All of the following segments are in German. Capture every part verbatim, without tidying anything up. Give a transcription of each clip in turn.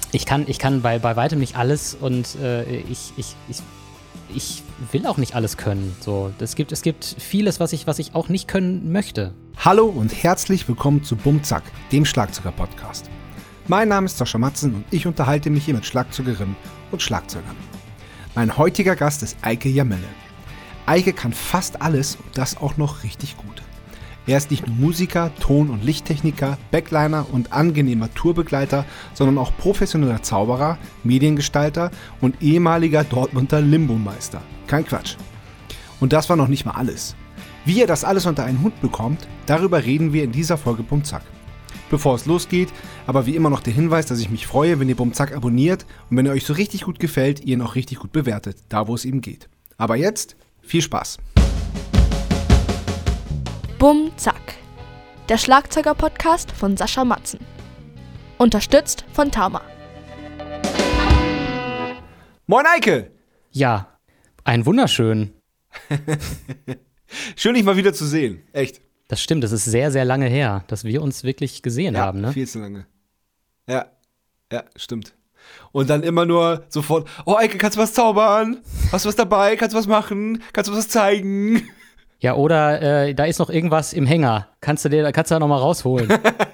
ich kann, ich kann bei, bei weitem nicht alles und äh, ich, ich, ich, ich will auch nicht alles können. So, es gibt, es gibt vieles, was ich, was ich auch nicht können möchte. Hallo und herzlich willkommen zu Bumzack, dem Schlagzeuger-Podcast. Mein Name ist Sascha Matzen und ich unterhalte mich hier mit Schlagzeugerinnen und Schlagzeugern. Mein heutiger Gast ist Eike Jamelle. Eike kann fast alles und das auch noch richtig gut. Er ist nicht nur Musiker, Ton- und Lichttechniker, Backliner und angenehmer Tourbegleiter, sondern auch professioneller Zauberer, Mediengestalter und ehemaliger Dortmunder Limbo-Meister. Kein Quatsch. Und das war noch nicht mal alles. Wie ihr das alles unter einen Hut bekommt, darüber reden wir in dieser Folge Bumzack. Bevor es losgeht, aber wie immer noch der Hinweis, dass ich mich freue, wenn ihr Bumzack abonniert und wenn er euch so richtig gut gefällt, ihr ihn auch richtig gut bewertet, da wo es ihm geht. Aber jetzt, viel Spaß! Bumzack, der Schlagzeuger-Podcast von Sascha Matzen. Unterstützt von Tama. Moin Eike! Ja, ein wunderschön. Schön, dich mal wieder zu sehen. Echt. Das stimmt, das ist sehr, sehr lange her, dass wir uns wirklich gesehen Ja, haben, ne? viel zu lange. Ja, ja, stimmt. Und dann immer nur sofort, oh Eike, kannst du was zaubern? Hast du was dabei? Kannst du was machen? Kannst du was zeigen? Ja, oder äh, da ist noch irgendwas im Hänger. Kannst du dir, kannst du da noch mal rausholen?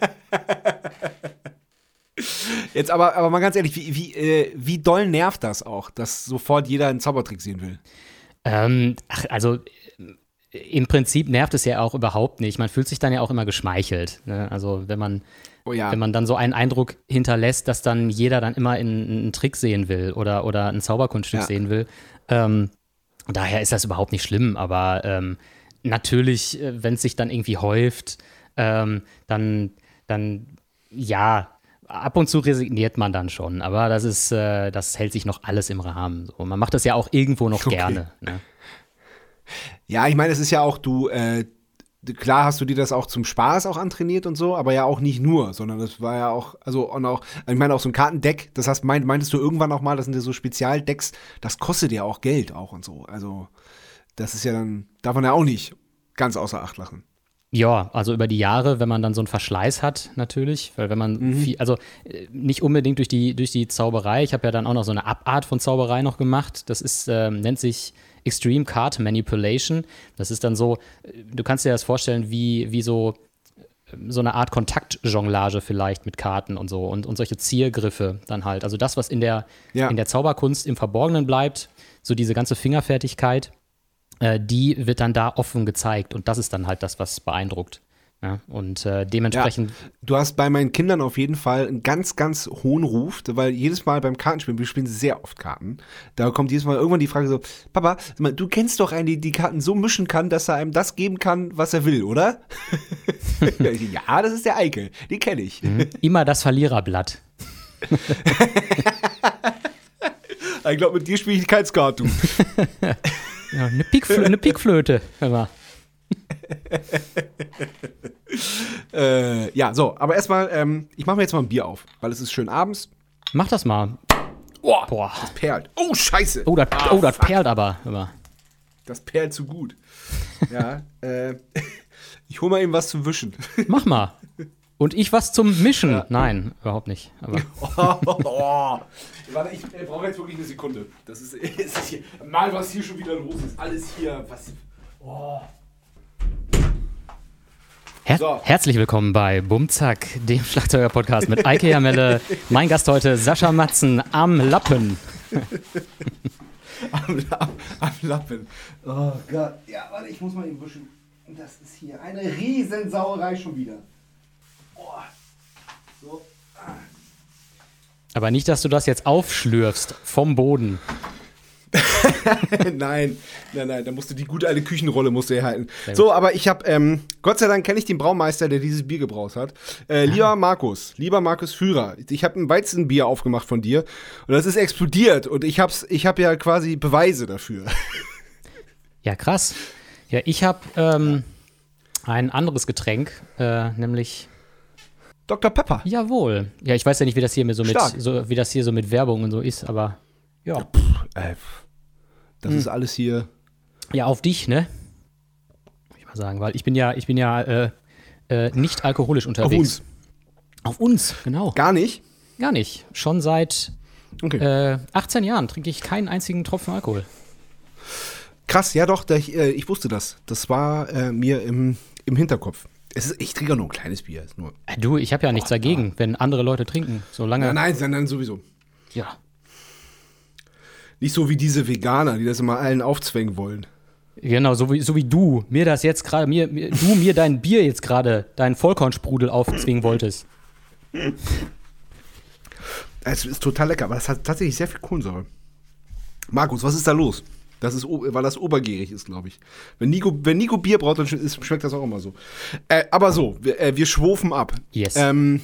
Jetzt aber, aber mal ganz ehrlich, wie, wie, äh, wie doll nervt das auch, dass sofort jeder einen Zaubertrick sehen will? ähm, ach, also im Prinzip nervt es ja auch überhaupt nicht. Man fühlt sich dann ja auch immer geschmeichelt. Ne? Also wenn man, Oh ja. wenn man dann so einen Eindruck hinterlässt, dass dann jeder dann immer in, einen Trick sehen will oder, oder ein Zauberkunststück Ja. sehen will. Ähm, daher ist das überhaupt nicht schlimm, aber ähm, natürlich, äh, wenn es sich dann irgendwie häuft, ähm, dann, dann, ja, ab und zu resigniert man dann schon, aber das ist, äh, das hält sich noch alles im Rahmen. So. Man macht das ja auch irgendwo noch Okay. gerne. Ne? Ja, ich meine, es ist ja auch, du, äh, klar hast du dir das auch zum Spaß auch antrainiert und so, aber ja auch nicht nur, sondern das war ja auch, also und auch, ich meine auch so ein Kartendeck, das heißt, meint, meintest du irgendwann auch mal, das sind ja so Spezialdecks, das kostet ja auch Geld auch und so, also das ist ja dann, darf man ja auch nicht ganz außer Acht lassen. Ja, also über die Jahre, wenn man dann so einen Verschleiß hat, natürlich, weil wenn man Mhm. viel, also äh, nicht unbedingt durch die, durch die Zauberei, ich habe ja dann auch noch so eine Abart von Zauberei noch gemacht, das ist, ähm, nennt sich Extreme Card Manipulation, das ist dann so, äh, du kannst dir das vorstellen wie, wie so, äh, so eine Art Kontaktjonglage vielleicht mit Karten und so und, und solche Ziergriffe dann halt, also das, was in der, Ja. in der Zauberkunst im Verborgenen bleibt, so diese ganze Fingerfertigkeit, äh, die wird dann da offen gezeigt und das ist dann halt das, was beeindruckt. Ja? Und äh, dementsprechend. Ja, du hast bei meinen Kindern auf jeden Fall einen ganz, ganz hohen Ruf, weil jedes Mal beim Kartenspielen, wir spielen sehr oft Karten, da kommt jedes Mal irgendwann die Frage so, Papa, sag mal, du kennst doch einen, der die Karten so mischen kann, dass er einem das geben kann, was er will, oder? Ja, das ist der Eike, den kenne ich. Mhm. Immer das Verliererblatt. Ich glaube, mit dir spiele ich kein Skat, du. Ja, eine, Pikflö- eine Pikflöte. Hör mal. äh, ja, so, aber erstmal, ähm, ich mache mir jetzt mal ein Bier auf, weil es ist schön abends. Mach das mal. Oh, Boah. das perlt. Oh, scheiße. Oh, das Ah, oh, das fuck. perlt aber. Hör mal. Das perlt zu gut. Ja, äh, ich hole mal eben was zum Wischen. Mach mal. Und ich was zum Mischen. Nein, überhaupt nicht. Aber Oh, oh. Warte, ich äh, brauche jetzt wirklich eine Sekunde. Das ist, es ist hier, mal was hier schon wieder los ist. Alles hier, was. Oh. Her- So. herzlich willkommen bei Bumzack, dem Schlagzeuger-Podcast mit Eike Jamelle. Mein Gast heute, Sascha Matzen am Lappen. Am, am, am Lappen. Oh Gott. Ja, warte, ich muss mal eben wischen. Das ist hier eine Riesensauerei schon wieder. Oh. So. Aber nicht, dass du das jetzt aufschlürfst vom Boden. Nein, nein, nein, da musst du die gute alte Küchenrolle musst du herhalten. Sehr So, aber ich habe, ähm, Gott sei Dank kenne ich den Braumeister, der dieses Bier gebraut hat. Äh, lieber Markus, lieber Markus Führer, ich habe ein Weizenbier aufgemacht von dir und das ist explodiert und ich hab's, ich habe ja quasi Beweise dafür. Ja, krass. Ja, ich habe ähm, ein anderes Getränk, äh, nämlich Doktor Pepper. jawohl. Ja, ich weiß ja nicht, wie das hier mit so mit Stark. so wie das hier so mit Werbung und so ist, aber ja. Äh, das Hm. ist alles hier. Ja, auf dich, ne? Muss ich mal sagen, weil ich bin ja, ich bin ja äh, äh, nicht alkoholisch unterwegs. Auf uns. Auf uns, genau. Gar nicht? Gar nicht. Schon seit Okay. äh, achtzehn Jahren trinke ich keinen einzigen Tropfen Alkohol. Krass, ja doch, da ich, äh, ich wusste das. Das war äh, mir im, im Hinterkopf. Es ist, ich trinke auch nur ein kleines Bier. Ist nur Äh, Du, ich habe ja nichts dagegen, wenn andere Leute trinken. Solange. ja, nein, nein, nein, sowieso. Ja. Nicht so wie diese Veganer, die das immer allen aufzwängen wollen. Genau, so wie, so wie du mir das jetzt gerade, mir, mir, du mir dein Bier jetzt gerade, deinen Vollkornsprudel aufzwingen wolltest. Es ist total lecker, aber es hat tatsächlich sehr viel Kohlensäure. Markus, was ist da los? Das ist, o- weil das obergierig ist, glaube ich. Wenn Nico, wenn Nico Bier braucht, dann sch- ist, schmeckt das auch immer so. Äh, aber so, wir, äh, wir schwofen ab. Yes. Ähm,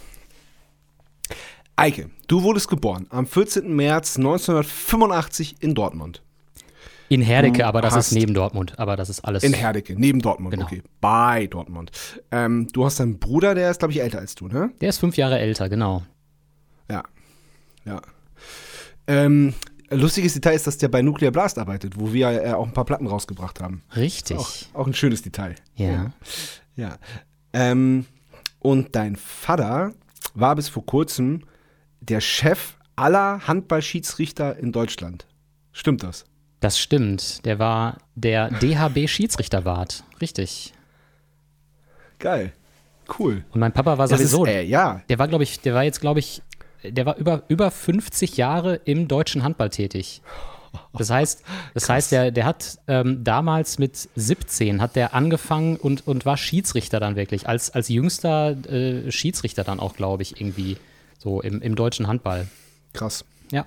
Eike, du wurdest geboren am vierzehnten März neunzehnhundertfünfundachtzig in Dortmund. In Herdecke, Du aber das hast- ist neben Dortmund. Aber das ist alles. In Herdecke, neben Dortmund, Genau. okay. Bei Dortmund. Ähm, du hast einen Bruder, der ist, glaube ich, älter als du, ne? Der ist fünf Jahre älter, genau. Ja. Ja. Ähm, lustiges Detail ist, dass der bei Nuclear Blast arbeitet, wo wir äh, auch ein paar Platten rausgebracht haben. Richtig. Auch, auch ein schönes Detail. Ja. Ja. Ähm, und dein Vater war bis vor kurzem der Chef aller Handballschiedsrichter in Deutschland. Stimmt das? Das stimmt. Der war der D H B-Schiedsrichterwart. Richtig. Geil. Cool. Und mein Papa war Das sowieso. ist, äh, ja. Der war, glaube ich, der war jetzt, glaube ich, der war über, über fünfzig Jahre im deutschen Handball tätig. Das heißt, das heißt, der, der hat ähm, damals mit siebzehn hat der angefangen und, und war Schiedsrichter dann wirklich. Als, als jüngster äh, Schiedsrichter dann auch, glaube ich, irgendwie so im, im deutschen Handball. Krass. Ja.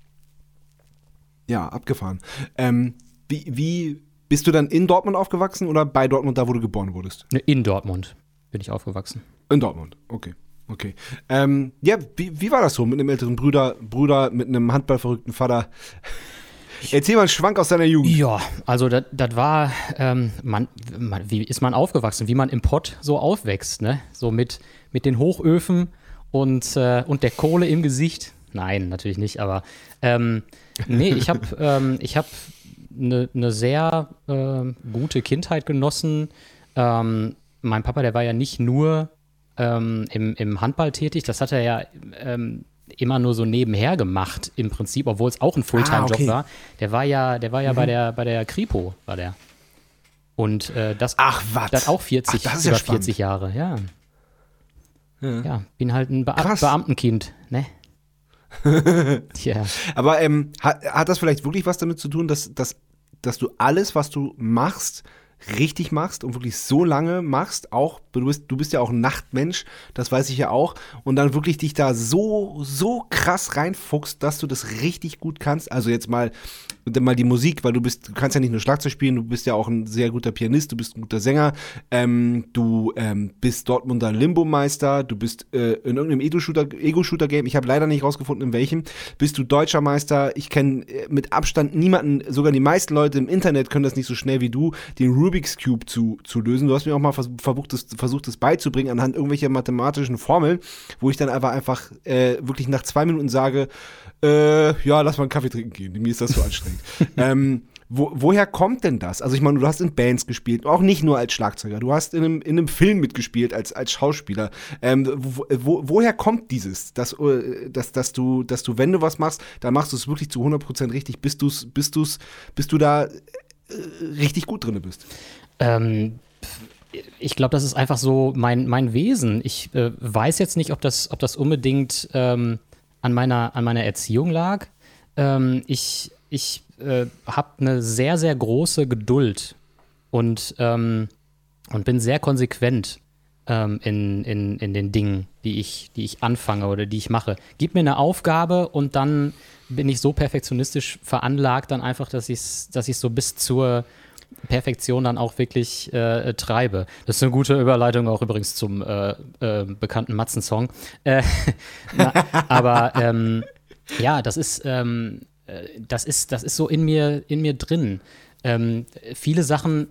Ja, abgefahren. Ähm, wie, wie bist du dann in Dortmund aufgewachsen oder bei Dortmund, da wo du geboren wurdest? Ne, in Dortmund bin ich aufgewachsen. In Dortmund, okay. Okay. Ähm, ja, wie, wie war das so mit einem älteren Bruder, Bruder mit einem handballverrückten Vater? Erzähl mal einen Schwank aus deiner Jugend. Ja, also das war, ähm, man, man, wie ist man aufgewachsen, wie man im Pott so aufwächst, ne? So mit, mit den Hochöfen und, äh, und der Kohle im Gesicht. Nein, natürlich nicht, aber ähm, nee, ich habe ähm, ich hab eine ne sehr ähm, gute Kindheit genossen. Ähm, mein Papa, der war ja nicht nur ähm, im, im Handball tätig, das hat er ja ähm, immer nur so nebenher gemacht im Prinzip, obwohl es auch ein Fulltime-Job Ah, okay. war. Der war ja, der war ja bei der bei der Kripo, war der. Und äh, das, Ach, was? das auch vierzig, Ach, das ist ja über spannend. vierzig Jahre, ja. Ja, bin halt ein Bea Krass. Beamtenkind, ne? Tja. Aber ähm, hat, hat das vielleicht wirklich was damit zu tun, dass, dass, dass du alles, was du machst, richtig machst und wirklich so lange machst, auch, du bist, du bist ja auch ein Nachtmensch, das weiß ich ja auch, und dann wirklich dich da so, so krass reinfuchst, dass du das richtig gut kannst, also jetzt mal, mal die Musik, weil du bist, du kannst ja nicht nur Schlagzeug spielen, du bist ja auch ein sehr guter Pianist, du bist ein guter Sänger, ähm, du ähm, bist Dortmunder Limbo-Meister, du bist äh, in irgendeinem Ego-Shooter, Ego-Shooter-Game, ich habe leider nicht rausgefunden, in welchem, bist du Deutscher Meister, ich kenne äh, mit Abstand niemanden, sogar die meisten Leute im Internet können das nicht so schnell wie du, den Rubik's Cube zu, zu lösen. Du hast mir auch mal vers versucht, das, versucht, das beizubringen anhand irgendwelcher mathematischen Formeln, wo ich dann einfach, einfach äh, wirklich nach zwei Minuten sage, äh, ja, lass mal einen Kaffee trinken gehen, mir ist das so anstrengend. ähm, wo, woher kommt denn das? Also ich meine, du hast in Bands gespielt, auch nicht nur als Schlagzeuger, du hast in einem, in einem Film mitgespielt als, als Schauspieler. Ähm, wo, wo, woher kommt dieses, dass, äh, dass, dass, du, dass du, wenn du was machst, dann machst du es wirklich zu hundert Prozent richtig, bis, du's, bis, du's, bis du da äh, richtig gut drin bist? Ähm, ich glaube, das ist einfach so mein, mein Wesen. Ich äh, weiß jetzt nicht, ob das, ob das unbedingt ähm, an, meiner, an meiner Erziehung lag. Ähm, ich ich äh, habe eine sehr, sehr große Geduld und, ähm, und bin sehr konsequent ähm, in, in, in den Dingen, die ich, die ich anfange oder die ich mache. Gib mir eine Aufgabe und dann bin ich so perfektionistisch veranlagt, dann einfach, dass ich es dass ich's so bis zur Perfektion dann auch wirklich äh, treibe. Das ist eine gute Überleitung auch übrigens zum äh, äh, bekannten Matzen-Song. Äh, na, aber ähm, ja, das ist, ähm, äh, das ist, das ist so in mir, in mir drin. Ähm, viele Sachen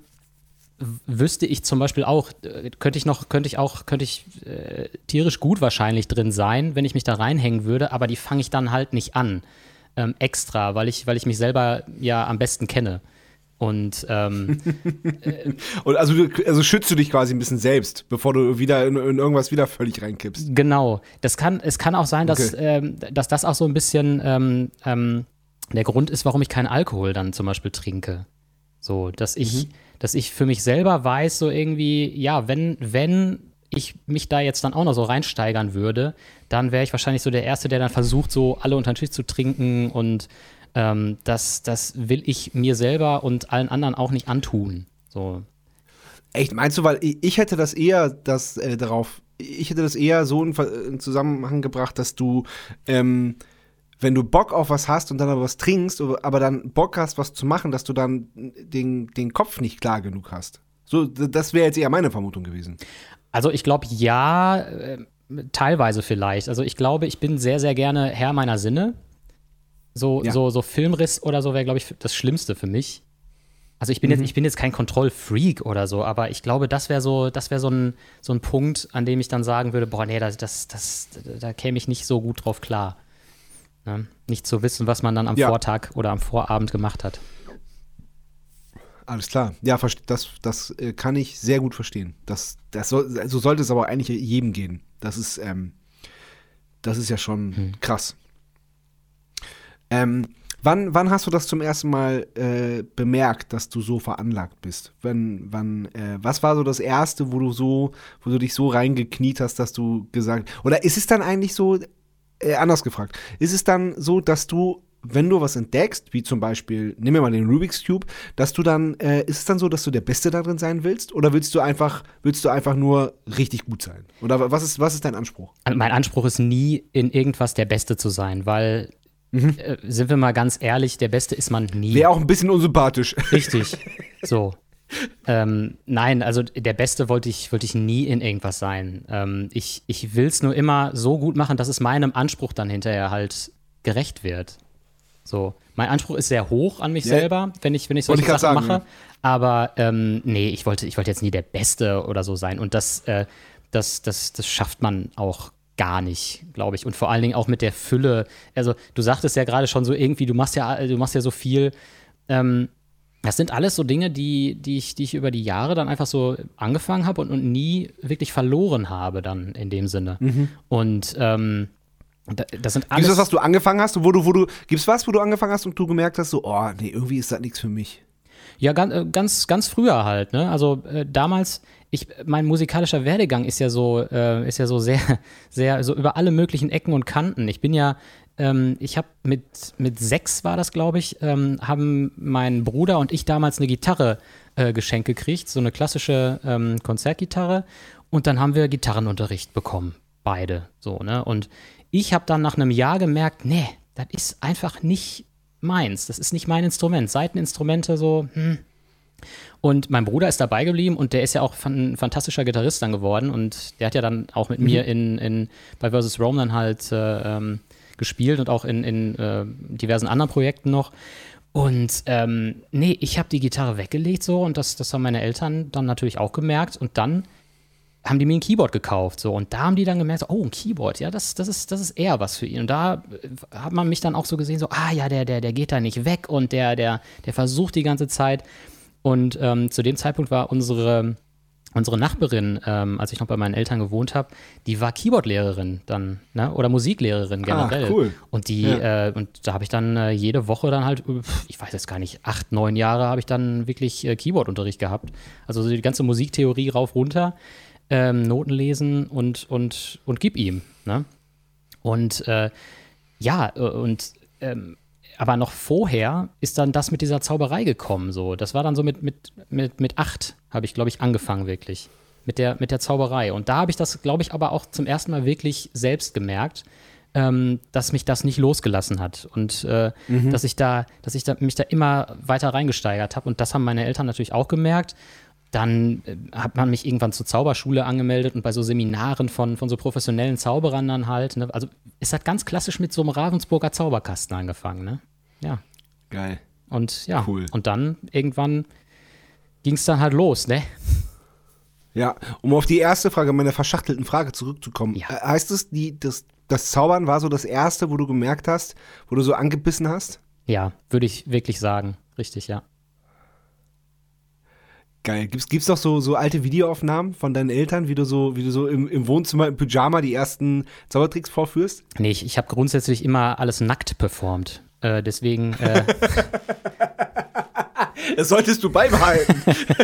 wüsste ich zum Beispiel auch, äh, könnte ich noch, könnte ich auch, könnte ich äh, tierisch gut wahrscheinlich drin sein, wenn ich mich da reinhängen würde, aber die fange ich dann halt nicht an. Ähm, extra, weil ich, weil ich mich selber ja am besten kenne. Und, ähm, Und also, du, also schützt du dich quasi ein bisschen selbst, bevor du wieder in, in irgendwas wieder völlig reinkippst. Genau. Das kann, es kann auch sein, dass, Okay. ähm, dass das auch so ein bisschen ähm, ähm, der Grund ist, warum ich keinen Alkohol dann zum Beispiel trinke. So, dass ich, Mhm. dass ich für mich selber weiß, so irgendwie, ja, wenn, wenn ich mich da jetzt dann auch noch so reinsteigern würde, dann wäre ich wahrscheinlich so der Erste, der dann versucht, so alle unter den Tisch zu trinken und ähm, das, das will ich mir selber und allen anderen auch nicht antun. So. Echt, meinst du, weil ich, ich hätte das eher das äh, darauf, ich hätte das eher so in, Ver- in Zusammenhang gebracht, dass du, ähm, wenn du Bock auf was hast und dann aber was trinkst, aber dann Bock hast, was zu machen, dass du dann den, den Kopf nicht klar genug hast. So, d- das wäre jetzt eher meine Vermutung gewesen. Also ich glaube, ja, äh, teilweise vielleicht. Also ich glaube, ich bin sehr, sehr gerne Herr meiner Sinne. So, Ja. so, so Filmriss oder so wäre, glaube ich, das Schlimmste für mich. Also ich bin, jetzt, ich bin jetzt kein Kontrollfreak oder so, aber ich glaube, das wäre so, das wäre so ein, so ein Punkt, an dem ich dann sagen würde, boah, nee, das, das, das, da käme ich nicht so gut drauf klar. Ne? Nicht zu wissen, was man dann am Ja. Vortag oder am Vorabend gemacht hat. Alles klar. Ja, verste- das, das äh, kann ich sehr gut verstehen. Das, das soll, so sollte es aber eigentlich jedem gehen. Das ist, ähm, das ist ja schon Hm. krass. Ähm, wann, wann hast du das zum ersten Mal äh, bemerkt, dass du so veranlagt bist? Wann, wann, äh, was war so das Erste, wo du so, wo du dich so reingekniet hast, dass du gesagt, oder ist es dann eigentlich so, äh, anders gefragt, ist es dann so, dass du, wenn du was entdeckst, wie zum Beispiel, nehmen wir mal den Rubik's Cube, dass du dann, äh, ist es dann so, dass du der Beste darin sein willst? Oder willst du einfach, willst du einfach nur richtig gut sein? Oder was ist, was ist dein Anspruch? Also mein Anspruch ist nie, in irgendwas der Beste zu sein, weil, äh, sind wir mal ganz ehrlich, der Beste ist man nie. Wäre auch ein bisschen unsympathisch. Richtig. So. Ähm, nein, also der Beste wollte ich, wollte ich nie in irgendwas sein. Ähm, ich ich will es nur immer so gut machen, dass es meinem Anspruch dann hinterher halt gerecht wird. So. Mein Anspruch ist sehr hoch an mich Ja. selber, wenn ich, wenn ich Wollte solche ich grad Sachen sagen, mache. Aber ähm, nee, ich wollte, ich wollte jetzt nie der Beste oder so sein. Und das, äh, das, das, das schafft man auch gar nicht, glaube ich. Und vor allen Dingen auch mit der Fülle. Also du sagtest ja gerade schon so irgendwie, du machst ja, du machst ja so viel. Ähm, das sind alles so Dinge, die, die, ich, die ich über die Jahre dann einfach so angefangen habe und, und nie wirklich verloren habe dann in dem Sinne. Und ähm, da- das sind alles. Gibt's was, was du angefangen hast, wo du, wo du, gibt's was, wo du angefangen hast und du gemerkt hast, so, oh, nee, irgendwie ist das nichts für mich? Ja, ganz, äh, ganz, ganz früher halt, ne? Also äh, damals, ich, mein musikalischer Werdegang ist ja so, äh, ist ja so sehr, sehr, so über alle möglichen Ecken und Kanten. Ich bin ja, ähm, ich habe mit, mit sechs war das, glaube ich, ähm, haben mein Bruder und ich damals eine Gitarre äh, geschenkt gekriegt, so eine klassische ähm, Konzertgitarre. Und dann haben wir Gitarrenunterricht bekommen, beide, so, ne? Und ich habe dann nach einem Jahr gemerkt, nee, das ist einfach nicht meins. Das ist nicht mein Instrument. Seiteninstrumente so, hm. Und mein Bruder ist dabei geblieben und der ist ja auch ein fantastischer Gitarrist dann geworden und der hat ja dann auch mit Mhm. mir in, in, bei Versus Rome dann halt äh, ähm, gespielt und auch in, in äh, diversen anderen Projekten noch. Und ähm, nee, ich habe die Gitarre weggelegt so und das, das haben meine Eltern dann natürlich auch gemerkt und dann haben die mir ein Keyboard gekauft so und da haben die dann gemerkt, so, oh, ein Keyboard, ja, das, das, ist, das ist eher was für ihn. Und da äh, hat man mich dann auch so gesehen, so, ah ja, der, der, der geht da nicht weg und der, der, der versucht die ganze Zeit. Und ähm, zu dem Zeitpunkt war unsere, unsere Nachbarin, ähm, als ich noch bei meinen Eltern gewohnt habe, die war Keyboardlehrerin dann, ne? Oder Musiklehrerin generell. Ah, cool. Und die, Ja. äh, und da habe ich dann äh, jede Woche dann halt, pf, ich weiß jetzt gar nicht, acht, neun Jahre habe ich dann wirklich äh, Keyboardunterricht gehabt. Also so die ganze Musiktheorie rauf, runter, ähm, Noten lesen und, und, und gib ihm, ne? Und äh, ja, äh, und ähm, aber noch vorher ist dann das mit dieser Zauberei gekommen. So. Das war dann so mit, mit, mit, mit acht, habe ich, glaube ich, angefangen wirklich. Mit der, mit der Zauberei. Und da habe ich das, glaube ich, aber auch zum ersten Mal wirklich selbst gemerkt, ähm, dass mich das nicht losgelassen hat. Und äh, dass ich da, dass ich da, mich da immer weiter reingesteigert habe. Und das haben meine Eltern natürlich auch gemerkt. Dann äh, hat man mich irgendwann zur Zauberschule angemeldet und bei so Seminaren von, von so professionellen Zauberern dann halt. Ne? Also es hat ganz klassisch mit so einem Ravensburger Zauberkasten angefangen, ne? Ja. Geil. Und ja, Cool. und dann irgendwann ging es dann halt los, ne? Ja, um auf die erste Frage, meine verschachtelten Frage zurückzukommen. Ja. Äh, Heißt es, die, das, das Zaubern war so das Erste, wo du gemerkt hast, wo du so angebissen hast? Ja, würde ich wirklich sagen. Richtig, ja. Geil. Gibt's, gibt's doch so, so alte Videoaufnahmen von deinen Eltern, wie du so, wie du so im, im Wohnzimmer im Pyjama die ersten Zaubertricks vorführst? Nee, ich, ich habe grundsätzlich immer alles nackt performt. Äh, deswegen. Äh, das solltest du beibehalten.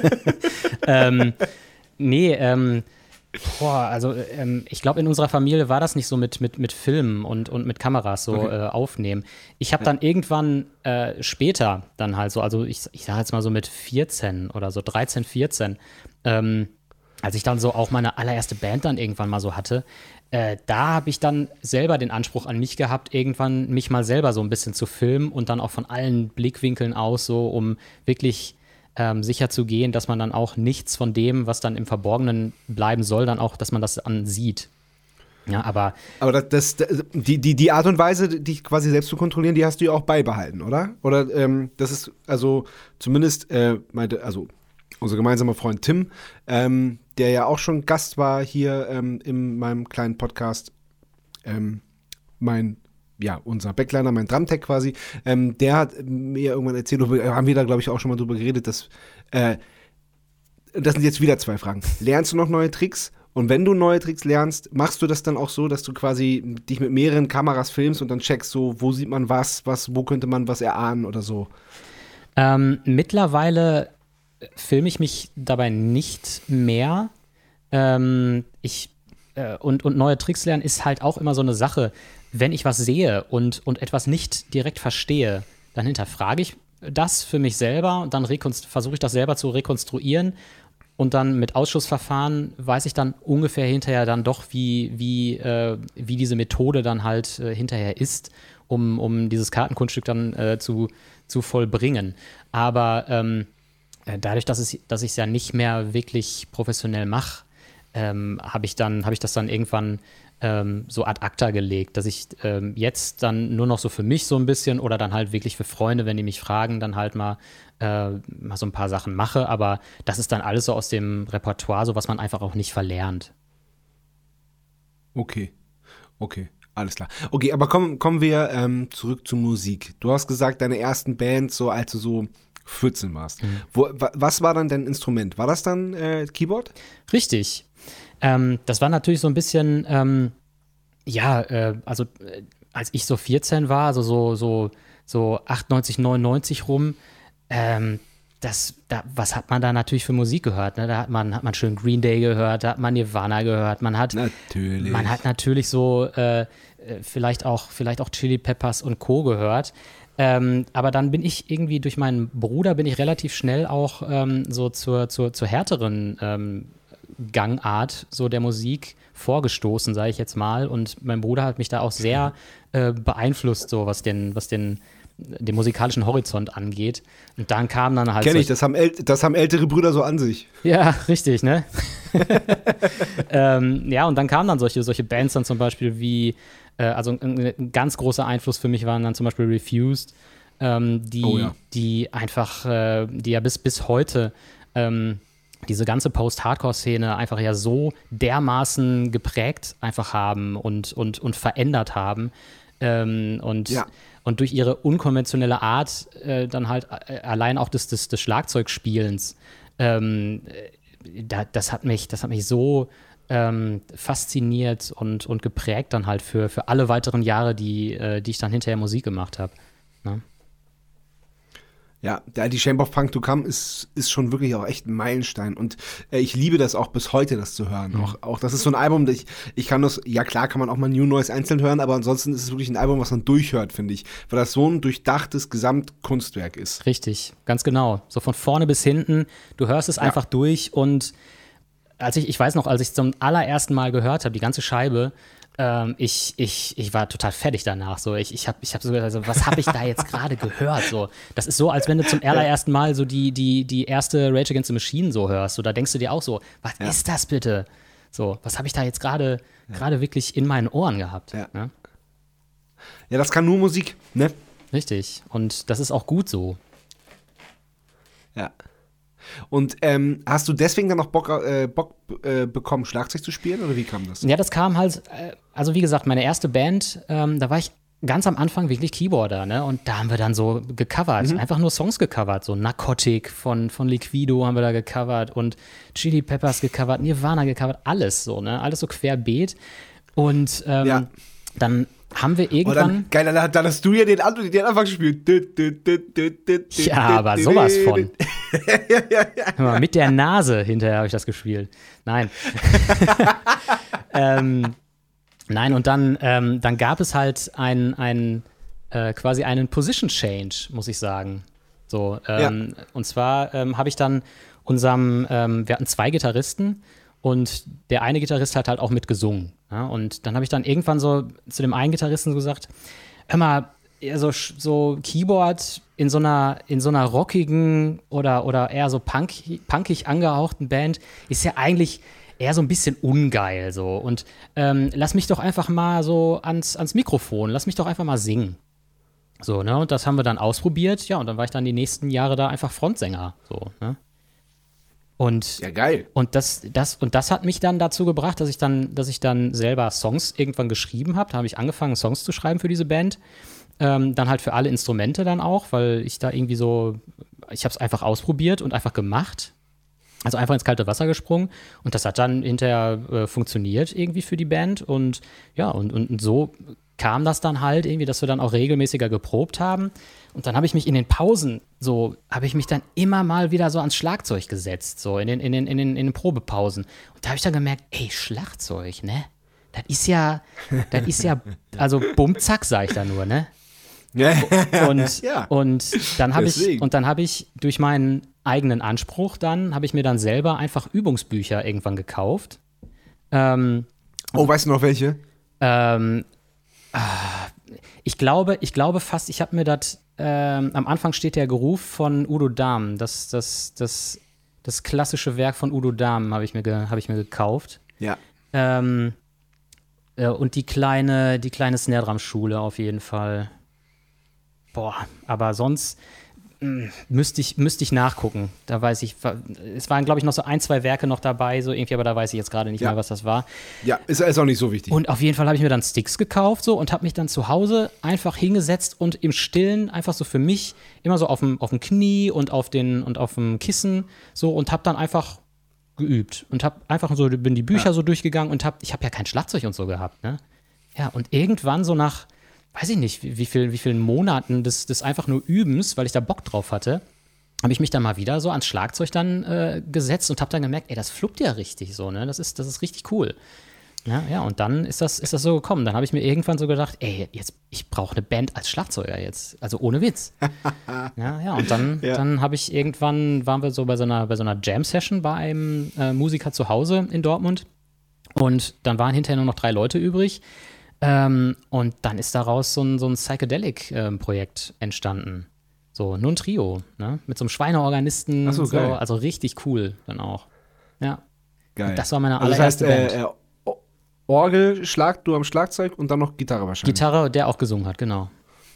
ähm, nee, ähm. Boah, also ähm, ich glaube, in unserer Familie war das nicht so mit, mit, mit Filmen und, und mit Kameras so Okay. äh, aufnehmen. Ich habe dann irgendwann äh, später dann halt so, also ich, ich sage jetzt mal so mit vierzehn oder so, dreizehn, vierzehn, ähm, als ich dann so auch meine allererste Band dann irgendwann mal so hatte, äh, da habe ich dann selber den Anspruch an mich gehabt, irgendwann mich mal selber so ein bisschen zu filmen und dann auch von allen Blickwinkeln aus so, um wirklich Ähm, sicher zu gehen, dass man dann auch nichts von dem, was dann im Verborgenen bleiben soll, dann auch, dass man das dann sieht. Ja, aber Aber das, das, die, die, die Art und Weise, dich quasi selbst zu kontrollieren, die hast du ja auch beibehalten, oder? Oder ähm, das ist also zumindest, äh, meinte, also unser gemeinsamer Freund Tim, ähm, der ja auch schon Gast war hier ähm, in meinem kleinen Podcast, ähm, mein ja, unser Backliner, mein Drumtech quasi, ähm, der hat mir irgendwann erzählt, haben wir da, glaube ich, auch schon mal drüber geredet, dass, äh, das sind jetzt wieder zwei Fragen. Lernst du noch neue Tricks? Und wenn du neue Tricks lernst, machst du das dann auch so, dass du quasi dich mit mehreren Kameras filmst und dann checkst so, wo sieht man was, was, wo könnte man was erahnen oder so? ähm, mittlerweile filme ich mich dabei nicht mehr. Ähm, ich äh, und, und neue Tricks lernen ist halt auch immer so eine Sache. Wenn ich was sehe und, und etwas nicht direkt verstehe, dann hinterfrage ich das für mich selber und dann versuche ich das selber zu rekonstruieren und dann mit Ausschussverfahren weiß ich dann ungefähr hinterher dann doch, wie, wie, äh, wie diese Methode dann halt äh, hinterher ist, um, um dieses Kartenkunststück dann äh, zu, zu vollbringen. Aber ähm, dadurch, dass, es, dass ich es ja nicht mehr wirklich professionell mache, ähm, habe ich, hab ich das dann irgendwann Ähm, so ad acta gelegt, dass ich ähm, jetzt dann nur noch so für mich so ein bisschen oder dann halt wirklich für Freunde, wenn die mich fragen, dann halt mal, äh, mal so ein paar Sachen mache, aber das ist dann alles so aus dem Repertoire, so was man einfach auch nicht verlernt. Okay, okay, alles klar. Okay, aber komm, kommen wir ähm, zurück zur Musik. Du hast gesagt, deine ersten Bands, so als du so vierzehn warst. Mhm. Wo, wa, was war dann dein Instrument? War das dann äh, Keyboard? Richtig. Ähm, das war natürlich so ein bisschen, ähm, ja, äh, also äh, als ich so vierzehn war, also so, so, so achtundneunzig, neunundneunzig rum, ähm, das, da, was hat man da natürlich für Musik gehört? Ne? Da hat man, hat man schön Green Day gehört, da hat man Nirvana gehört, man hat natürlich, man hat natürlich so äh, vielleicht auch, vielleicht auch Chili Peppers und Co. gehört. Ähm, aber dann bin ich irgendwie durch meinen Bruder bin ich relativ schnell auch ähm, so zur, zur, zur härteren ähm, Gangart so der Musik vorgestoßen, sage ich jetzt mal. Und mein Bruder hat mich da auch sehr äh, beeinflusst, so was den, was den, den musikalischen Horizont angeht. Und dann kam dann halt. Kenn ich, das haben, äl- das haben ältere Brüder so an sich. Ja, richtig, ne? ähm, ja, und dann kamen dann solche, solche Bands dann zum Beispiel wie, äh, also ein, ein ganz großer Einfluss für mich waren dann zum Beispiel Refused, ähm, die, oh, ja. die einfach, äh, die ja bis, bis heute ähm, diese ganze Post-Hardcore-Szene einfach ja so dermaßen geprägt einfach haben und, und, und verändert haben. Ähm, und, ja. und durch ihre unkonventionelle Art äh, dann halt äh, allein auch des, des, des Schlagzeugspielens, ähm, da, das hat mich, das hat mich so ähm, fasziniert und, und geprägt dann halt für, für alle weiteren Jahre, die, äh, die ich dann hinterher Musik gemacht habe. Ne? Ja, der die Chamber of Punk to Come ist, ist schon wirklich auch echt ein Meilenstein und äh, ich liebe das auch bis heute, das zu hören. Mhm. Auch, auch das ist so ein Album, das ich, ich kann das, ja klar kann man auch mal New Noise einzeln hören, aber ansonsten ist es wirklich ein Album, was man durchhört, finde ich, weil das so ein durchdachtes Gesamtkunstwerk ist. Richtig, ganz genau. So von vorne bis hinten, du hörst es ja. einfach durch und als ich, ich weiß noch, als ich es zum allerersten Mal gehört habe, die ganze Scheibe, Ähm, ich, ich, ich war total fertig danach. So. Ich, ich habe ich hab so gedacht, also, was habe ich da jetzt gerade gehört? So. Das ist so, als wenn du zum allerersten Mal so die, die, die erste Rage Against the Machine so hörst. So, da denkst du dir auch so, was ja. ist das bitte? So, was habe ich da jetzt gerade ja. wirklich in meinen Ohren gehabt? Ja. Ne? Ja, das kann nur Musik, ne? Richtig. Und das ist auch gut so. Ja. Und ähm, hast du deswegen dann noch Bock, äh, Bock äh, bekommen, Schlagzeug zu spielen oder wie kam das? Ja, das kam halt, äh, also wie gesagt, meine erste Band, ähm, da war ich ganz am Anfang wirklich Keyboarder, ne? Und da haben wir dann so gecovert, mhm. einfach nur Songs gecovert, so Narcotic von, von Liquido haben wir da gecovert und Chili Peppers gecovert, Nirvana gecovert, alles so, ne? Alles so querbeet. Und ähm, ja. dann haben wir irgendwann. Oh, dann, geil, dann, dann hast du ja den, An- den Anfang gespielt. Ja, aber sowas von. ja, ja, ja. Hör mal, mit der Nase hinterher habe ich das gespielt. Nein. ähm, nein, und dann, ähm, dann gab es halt ein, ein, äh, quasi einen Position Change, muss ich sagen. So, ähm, ja. Und zwar ähm, habe ich dann unserem, ähm, wir hatten zwei Gitarristen. Und der eine Gitarrist hat halt auch mitgesungen. Ja? Und dann habe ich dann irgendwann so zu dem einen Gitarristen so gesagt, hör mal, so, so Keyboard in so einer, in so einer rockigen oder, oder eher so punk, punkig angehauchten Band ist ja eigentlich eher so ein bisschen ungeil. So. Und ähm, lass mich doch einfach mal so ans, ans Mikrofon, lass mich doch einfach mal singen. So, ne? Und das haben wir dann ausprobiert. Ja, und dann war ich dann die nächsten Jahre da einfach Frontsänger. So, ne? Und, ja, geil. Und das, das, und das hat mich dann dazu gebracht, dass ich dann, dass ich dann selber Songs irgendwann geschrieben habe. Da habe ich angefangen, Songs zu schreiben für diese Band. Ähm, dann halt für alle Instrumente dann auch, weil ich da irgendwie so, ich habe es einfach ausprobiert und einfach gemacht. Also einfach ins kalte Wasser gesprungen. Und das hat dann hinterher äh, funktioniert irgendwie für die Band. Und ja, und, und so kam das dann halt irgendwie, dass wir dann auch regelmäßiger geprobt haben. Und dann habe ich mich in den Pausen so, habe ich mich dann immer mal wieder so ans Schlagzeug gesetzt, so in den, in den, in den, in den Probepausen. Und da habe ich dann gemerkt, ey, Schlagzeug, ne? Das ist ja, das ist ja, also bumm, zack, sag ich da nur, ne? Und, ja. und dann habe ich, und dann habe ich durch meinen eigenen Anspruch dann, habe ich mir dann selber einfach Übungsbücher irgendwann gekauft. Ähm, oh, weißt du noch welche? Ähm, ich glaube, ich glaube fast, ich habe mir das, ähm, am Anfang steht der Geruf von Udo Dahm, das, das, das, das klassische Werk von Udo Dahm habe ich, mir ge- hab ich mir gekauft. Ja. Ähm, äh, und die kleine, die kleine Snare-Drum-Schule auf jeden Fall. Boah, aber sonst mh, müsste ich, müsste ich nachgucken. Da weiß ich, es waren, glaube ich, noch so ein, zwei Werke noch dabei, so irgendwie, aber da weiß ich jetzt gerade nicht ja. mehr, was das war. Ja, ist, ist auch nicht so wichtig. Und auf jeden Fall habe ich mir dann Sticks gekauft so und habe mich dann zu Hause einfach hingesetzt und im Stillen einfach so für mich immer so auf dem, auf dem Knie und auf, den, und auf dem Kissen so und habe dann einfach geübt und habe einfach so, bin die Bücher ja. so durchgegangen und habe, ich habe ja kein Schlagzeug und so gehabt, ne? Ja, und irgendwann so nach weiß ich nicht, wie, wie, viel, wie vielen Monaten des, des einfach nur Übens, weil ich da Bock drauf hatte, habe ich mich dann mal wieder so ans Schlagzeug dann äh, gesetzt und habe dann gemerkt, ey, das fluppt ja richtig so, ne? Das ist, das ist richtig cool. Ja, ja, und dann ist das, ist das so gekommen. Dann habe ich mir irgendwann so gedacht, ey, jetzt, ich brauche eine Band als Schlagzeuger jetzt. Also ohne Witz. ja, ja, und dann, ja. dann habe ich irgendwann, waren wir so bei so einer, bei so einer Jam-Session bei einem äh, Musiker zu Hause in Dortmund. Und dann waren hinterher nur noch drei Leute übrig. Ähm, und dann ist daraus so ein, so ein Psychedelic-Projekt ähm, entstanden. So, nur ein Trio, ne? Mit so einem Schweineorganisten. Ach so, so, geil. also richtig cool dann auch. Ja. Geil. Und das war meine also allererste das heißt, Band. Äh, äh, Orgel, Schlag, du am Schlagzeug und dann noch Gitarre wahrscheinlich. Gitarre, der auch gesungen hat, genau.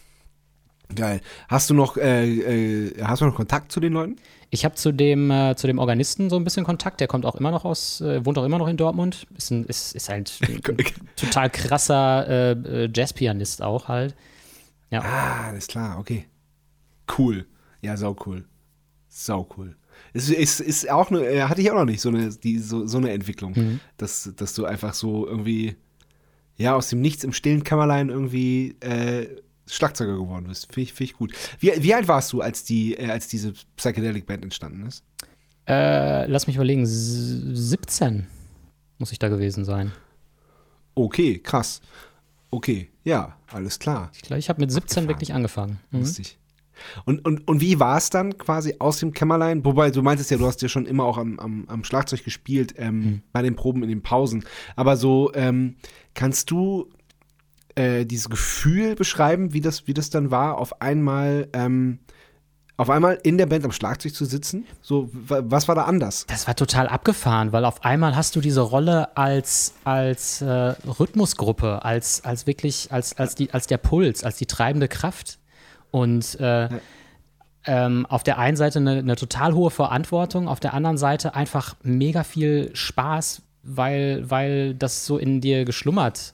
Geil. Hast du noch, äh, äh, hast du noch Kontakt zu den Leuten? Ich habe zu dem, äh, zu dem Organisten so ein bisschen Kontakt. Der kommt auch immer noch aus, äh, wohnt auch immer noch in Dortmund. Ist, ein, ist, ist halt ein total krasser äh, Jazzpianist auch halt. Ja. Ah, alles klar, okay. Cool. Ja, sau cool. Sau cool. Es ist, ist auch eine, hatte ich auch noch nicht, so eine, die, so, so eine Entwicklung, mhm. dass, dass du einfach so irgendwie, ja, aus dem Nichts im stillen Kämmerlein irgendwie äh, Schlagzeuger geworden bist. Finde ich, find ich gut. Wie, wie alt warst du, als, die, äh, als diese Psychedelic-Band entstanden ist? Äh, lass mich überlegen, siebzehn muss ich da gewesen sein. Okay, krass. Okay, ja, alles klar. Ich glaube, ich habe mit siebzehn wirklich angefangen. Mhm. Lustig. Und, und, und wie war es dann quasi aus dem Kämmerlein? Wobei, du meintest ja, du hast ja schon immer auch am, am, am Schlagzeug gespielt, ähm, mhm. bei den Proben, in den Pausen. Aber so, ähm, kannst du äh, dieses Gefühl beschreiben, wie das, wie das dann war, auf einmal, ähm, auf einmal in der Band am Schlagzeug zu sitzen? So, w- was war da anders? Das war total abgefahren, weil auf einmal hast du diese Rolle als, als äh, Rhythmusgruppe, als, als wirklich, als, als, die, als der Puls, als die treibende Kraft. Und äh, ja. ähm, auf der einen Seite eine, eine total hohe Verantwortung, auf der anderen Seite einfach mega viel Spaß, weil, weil das so in dir geschlummert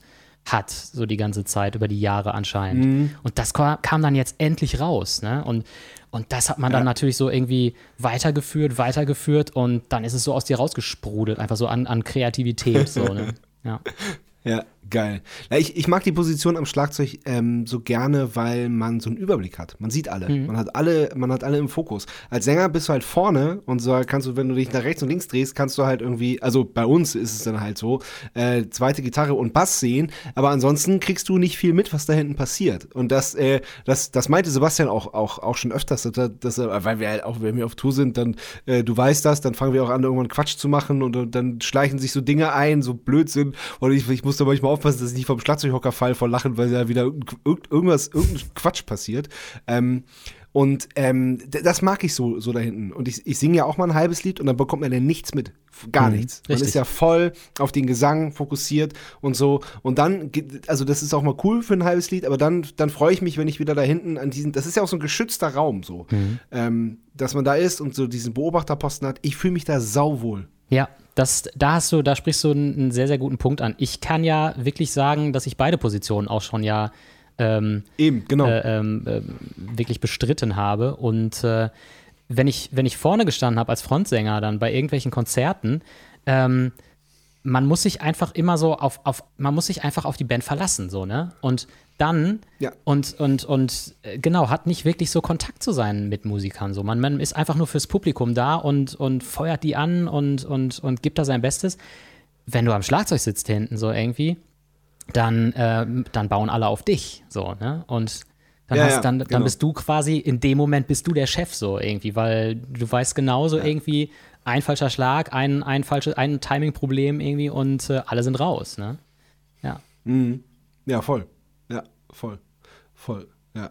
hat, so die ganze Zeit, über die Jahre anscheinend. Mhm. Und das kam, kam dann jetzt endlich raus, ne? Und, und das hat man dann Ja. natürlich so irgendwie weitergeführt, weitergeführt und dann ist es so aus dir rausgesprudelt, einfach so an, an Kreativität, so, ne? Ja. Ja, geil. Ja, ich, ich mag die Position am Schlagzeug ähm, so gerne, weil man so einen Überblick hat. Man sieht alle. Mhm. Man hat alle, man hat alle im Fokus. Als Sänger bist du halt vorne und so kannst du, wenn du dich nach rechts und links drehst, kannst du halt irgendwie, also bei uns ist es dann halt so, äh, zweite Gitarre und Bass sehen, aber ansonsten kriegst du nicht viel mit, was da hinten passiert. Und das, äh, das, das meinte Sebastian auch, auch, auch schon öfters, dass, er- dass er, weil wir halt auch, wenn wir auf Tour sind, dann, äh, du weißt das, dann fangen wir auch an, irgendwann Quatsch zu machen und, und dann schleichen sich so Dinge ein, so Blödsinn. Und ich, ich muss da manchmal aufpassen, dass ich nicht vom Schlagzeughocker fall vor Lachen, weil da wieder irgend, irgend, irgendwas, irgendein Quatsch passiert. Ähm, und ähm, d- das mag ich so, so da hinten. Und ich, ich singe ja auch mal ein halbes Lied und dann bekommt man ja nichts mit. Gar Mhm, nichts. Man richtig. ist ja voll auf den Gesang fokussiert und so. Und dann, geht- also das ist auch mal cool für ein halbes Lied, aber dann, dann freue ich mich, wenn ich wieder da hinten an diesen, das ist ja auch so ein geschützter Raum so, ähm, dass man da ist und so diesen Beobachterposten hat. Ich fühle mich da sauwohl. Ja, das, da hast du, da sprichst du einen, einen sehr, sehr guten Punkt an. Ich kann ja wirklich sagen, dass ich beide Positionen auch schon ja ähm, Eben, genau. äh, ähm, äh, wirklich bestritten habe. Und äh, wenn ich, wenn ich vorne gestanden habe als Frontsänger dann bei irgendwelchen Konzerten, ähm, man muss sich einfach immer so auf, auf, man muss sich einfach auf die Band verlassen, so, ne? Und dann, Ja. und, und, und äh, genau, hat nicht wirklich so Kontakt zu seinen Mitmusikern. So. Man, man ist einfach nur fürs Publikum da und, und feuert die an und, und, und gibt da sein Bestes. Wenn du am Schlagzeug sitzt hinten so irgendwie, dann, ähm, dann bauen alle auf dich. So, ne? Und dann, Ja, hast, ja, dann, dann genau. bist du quasi, in dem Moment bist du der Chef so irgendwie, weil du weißt genauso irgendwie, ein falscher Schlag, ein, ein, falsches, ein Timing-Problem irgendwie und äh, alle sind raus. Ne? Ja. Mhm. Ja, voll. Ja, voll. Voll. Ja.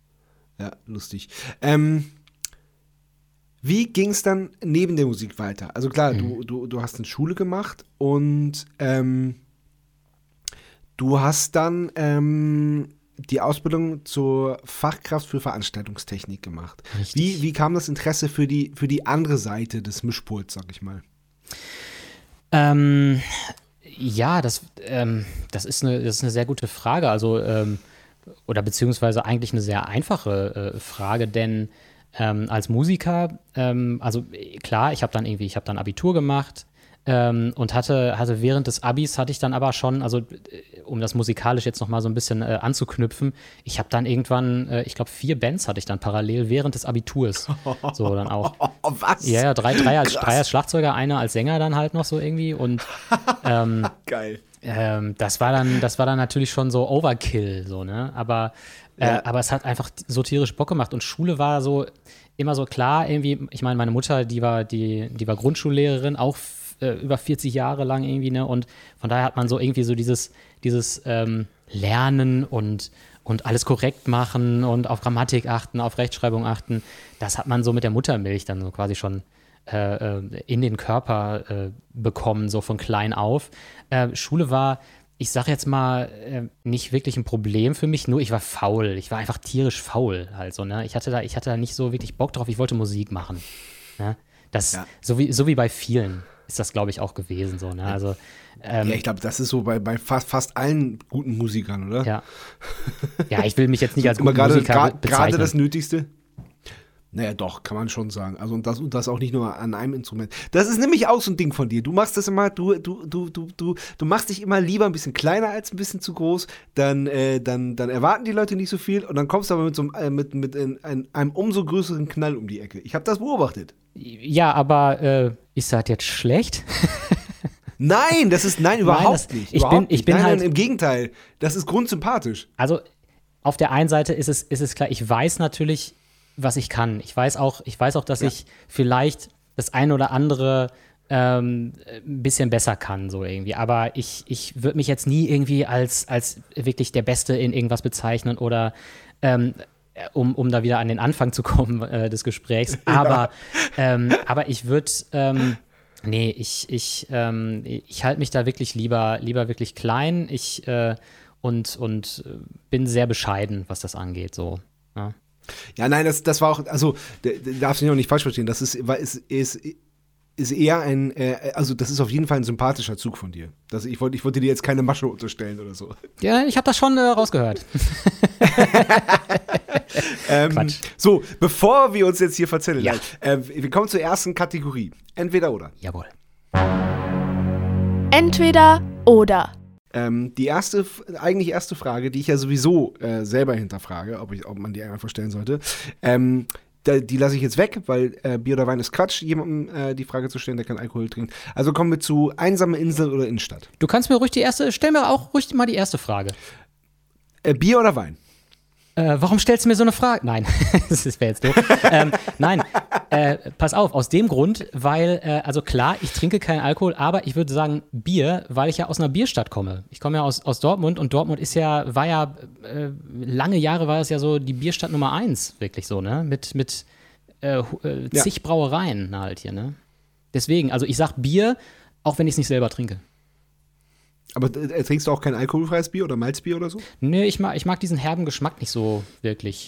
Ja, lustig. Ähm, wie ging es dann neben der Musik weiter? Also klar, Mhm. du, du, du hast eine Schule gemacht und ähm, du hast dann ähm, die Ausbildung zur Fachkraft für Veranstaltungstechnik gemacht. Richtig. Wie, wie kam das Interesse für die, für die andere Seite des Mischpuls, sag ich mal? Ähm, ja, das, ähm, das, ist eine, das ist eine sehr gute Frage. Also, ähm, oder beziehungsweise eigentlich eine sehr einfache äh, Frage, denn ähm, als Musiker, ähm, also äh, klar, ich habe dann irgendwie, ich habe dann Abitur gemacht ähm, und hatte, hatte während des Abis hatte ich dann aber schon, also äh, um das musikalisch jetzt nochmal so ein bisschen äh, anzuknüpfen, ich habe dann irgendwann, äh, ich glaube, vier Bands hatte ich dann parallel während des Abiturs. So dann auch. Oh, was? Ja, ja, drei, drei, als, Krass. drei als Schlagzeuger, einer als Sänger dann halt noch so irgendwie. Und ähm, Geil. ähm, das war dann, das war dann natürlich schon so Overkill, so, ne? Aber, äh, Ja. aber es hat einfach so tierisch Bock gemacht. Und Schule war so immer so klar, irgendwie, ich meine, meine Mutter, die war, die, die war Grundschullehrerin, auch f- äh, über vierzig Jahre lang irgendwie, ne? Und von daher hat man so irgendwie so dieses, dieses ähm, Lernen und und alles korrekt machen und auf Grammatik achten, auf Rechtschreibung achten, das hat man so mit der Muttermilch dann so quasi schon äh, äh, in den Körper äh, bekommen, so von klein auf. Äh, Schule war, ich sag jetzt mal, äh, nicht wirklich ein Problem für mich, nur ich war faul. Ich war einfach tierisch faul halt so, ne? Ich hatte da, ich hatte da nicht so wirklich Bock drauf, ich wollte Musik machen. Ne? Das, Ja. so, wie, so wie bei vielen ist das, glaube ich, auch gewesen. So, ne? Also, ähm, Ja, ich glaube, das ist so bei, bei fast, fast allen guten Musikern, oder? ja. Ja, ich will mich jetzt nicht als Immer guten gerade Musiker gra- be- gerade bezeichnen. das Nötigste. Naja, doch, kann man schon sagen. Also und das und das auch nicht nur an einem Instrument. Das ist nämlich auch so ein Ding von dir. Du machst das immer, du, du, du, du, du, du machst dich immer lieber ein bisschen kleiner als ein bisschen zu groß. Dann, äh, dann, dann erwarten die Leute nicht so viel und dann kommst du aber mit so einem, äh, mit, mit in, ein, einem umso größeren Knall um die Ecke. Ich habe das beobachtet. Ja, aber äh, ist das jetzt schlecht? Nein, das ist nein überhaupt das- nicht. ich überhaupt bin- ich nicht. bin nein, halt- nein, im Gegenteil. Das ist grundsympathisch. Also auf der einen Seite ist es, ist es klar, ich weiß natürlich, was ich kann. Ich weiß auch, ich weiß auch, dass Ja. ich vielleicht das eine oder andere ähm, ein bisschen besser kann, so irgendwie. Aber ich, ich würde mich jetzt nie irgendwie als, als wirklich der Beste in irgendwas bezeichnen oder ähm, um, um da wieder an den Anfang zu kommen äh, des Gesprächs. Aber, ähm, aber ich würde, ähm, nee, ich, ich, ähm, ich halte mich da wirklich lieber, lieber wirklich klein. Ich äh, und, und äh, bin sehr bescheiden, was das angeht, so. Ja. Ja, nein, das, das war auch, also, d- d- darfst du mich noch nicht falsch verstehen. Das ist, war- ist, ist ist eher ein, äh, also das ist auf jeden Fall ein sympathischer Zug von dir. Das, ich, wollt, ich wollte dir jetzt keine Masche unterstellen oder so. Ja, ich habe das schon äh, rausgehört. ähm, Quatsch. So, bevor wir uns jetzt hier verzetteln, Ja. äh, wir kommen zur ersten Kategorie. Entweder oder. Jawohl. Entweder oder. Ähm, die erste, eigentlich erste Frage, die ich ja sowieso äh, selber hinterfrage, ob, ich, ob man die einfach stellen sollte, ähm, da, die lasse ich jetzt weg, weil äh, Bier oder Wein ist Quatsch, jemandem äh, die Frage zu stellen, der keinen Alkohol trinkt. Also kommen wir zu einsame Insel oder Innenstadt. Du kannst mir ruhig die erste, stell mir auch ruhig mal die erste Frage. Äh, Bier oder Wein? Äh, warum stellst du mir so eine Frage? Nein, das wäre jetzt doof. ähm, nein, äh, pass auf, aus dem Grund, weil, äh, also klar, ich trinke keinen Alkohol, aber ich würde sagen Bier, weil ich ja aus einer Bierstadt komme. Ich komme ja aus, aus Dortmund und Dortmund ist ja, war ja, äh, lange Jahre war es ja so die Bierstadt Nummer eins, wirklich so, ne? Mit, mit äh, äh, zig ja. Brauereien halt hier, ne? Deswegen, also ich sag Bier, auch wenn ich es nicht selber trinke. Aber äh, trinkst du auch kein alkoholfreies Bier oder Malzbier oder so? Nee, ich mag, ich mag diesen herben Geschmack nicht so wirklich.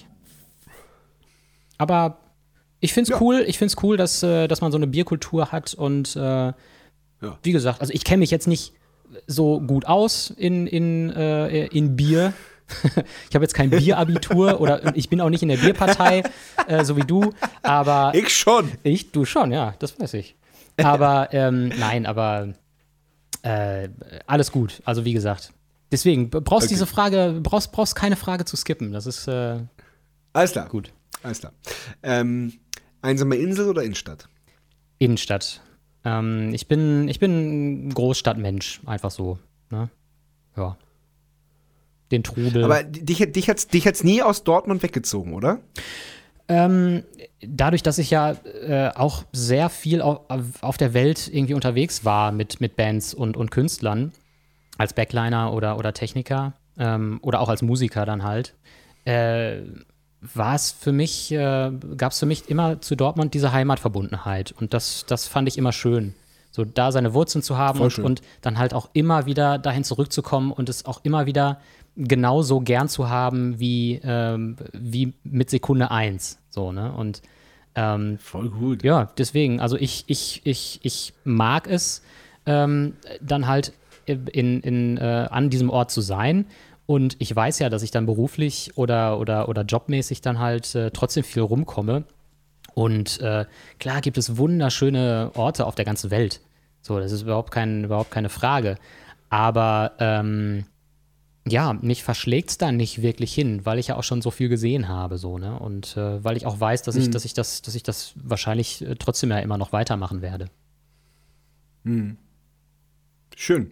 Aber ich find's ja. cool, ich find's cool, dass, äh, dass man so eine Bierkultur hat und äh, ja. wie gesagt, also ich kenne mich jetzt nicht so gut aus in, in, äh, in Bier. Ich habe jetzt kein Bierabitur oder ich bin auch nicht in der Bierpartei, äh, so wie du, aber ich schon. Ich, du schon, ja, das weiß ich. Aber ähm, nein, aber Äh, alles gut, also wie gesagt. Deswegen, brauchst okay. diese Frage, brauchst, brauchst keine Frage zu skippen. Das ist äh, alles klar. Gut. Alles klar. Ähm, einsame Insel oder Innenstadt? Innenstadt. Ähm, ich bin, ich bin ein Großstadtmensch, einfach so. Ne? Ja. Den Trubel. Aber dich, dich hat's, dich hat's nie aus Dortmund weggezogen, oder? Ähm, dadurch, dass ich ja äh, auch sehr viel auf, auf der Welt irgendwie unterwegs war mit, mit Bands und, und Künstlern, als Backliner oder, oder Techniker ähm, oder auch als Musiker dann halt, äh, war es für mich, äh, gab es für mich immer zu Dortmund diese Heimatverbundenheit und das, das fand ich immer schön. So da seine Wurzeln zu haben und, und dann halt auch immer wieder dahin zurückzukommen und es auch immer wieder genauso gern zu haben wie, ähm, wie mit Sekunde eins. So, ne? Und ähm, voll gut. Ja, deswegen, also ich, ich, ich, ich mag es, ähm, dann halt in, in, äh, an diesem Ort zu sein. Und ich weiß ja, dass ich dann beruflich oder, oder, oder jobmäßig dann halt äh, trotzdem viel rumkomme. Und äh, klar gibt es wunderschöne Orte auf der ganzen Welt. So, das ist überhaupt, kein, überhaupt keine Frage. Aber ähm, ja, mich verschlägt es da nicht wirklich hin, weil ich ja auch schon so viel gesehen habe, so, ne? Und äh, weil ich auch weiß, dass ich, hm. dass ich das, dass ich das wahrscheinlich äh, trotzdem ja immer noch weitermachen werde. Hm. Schön.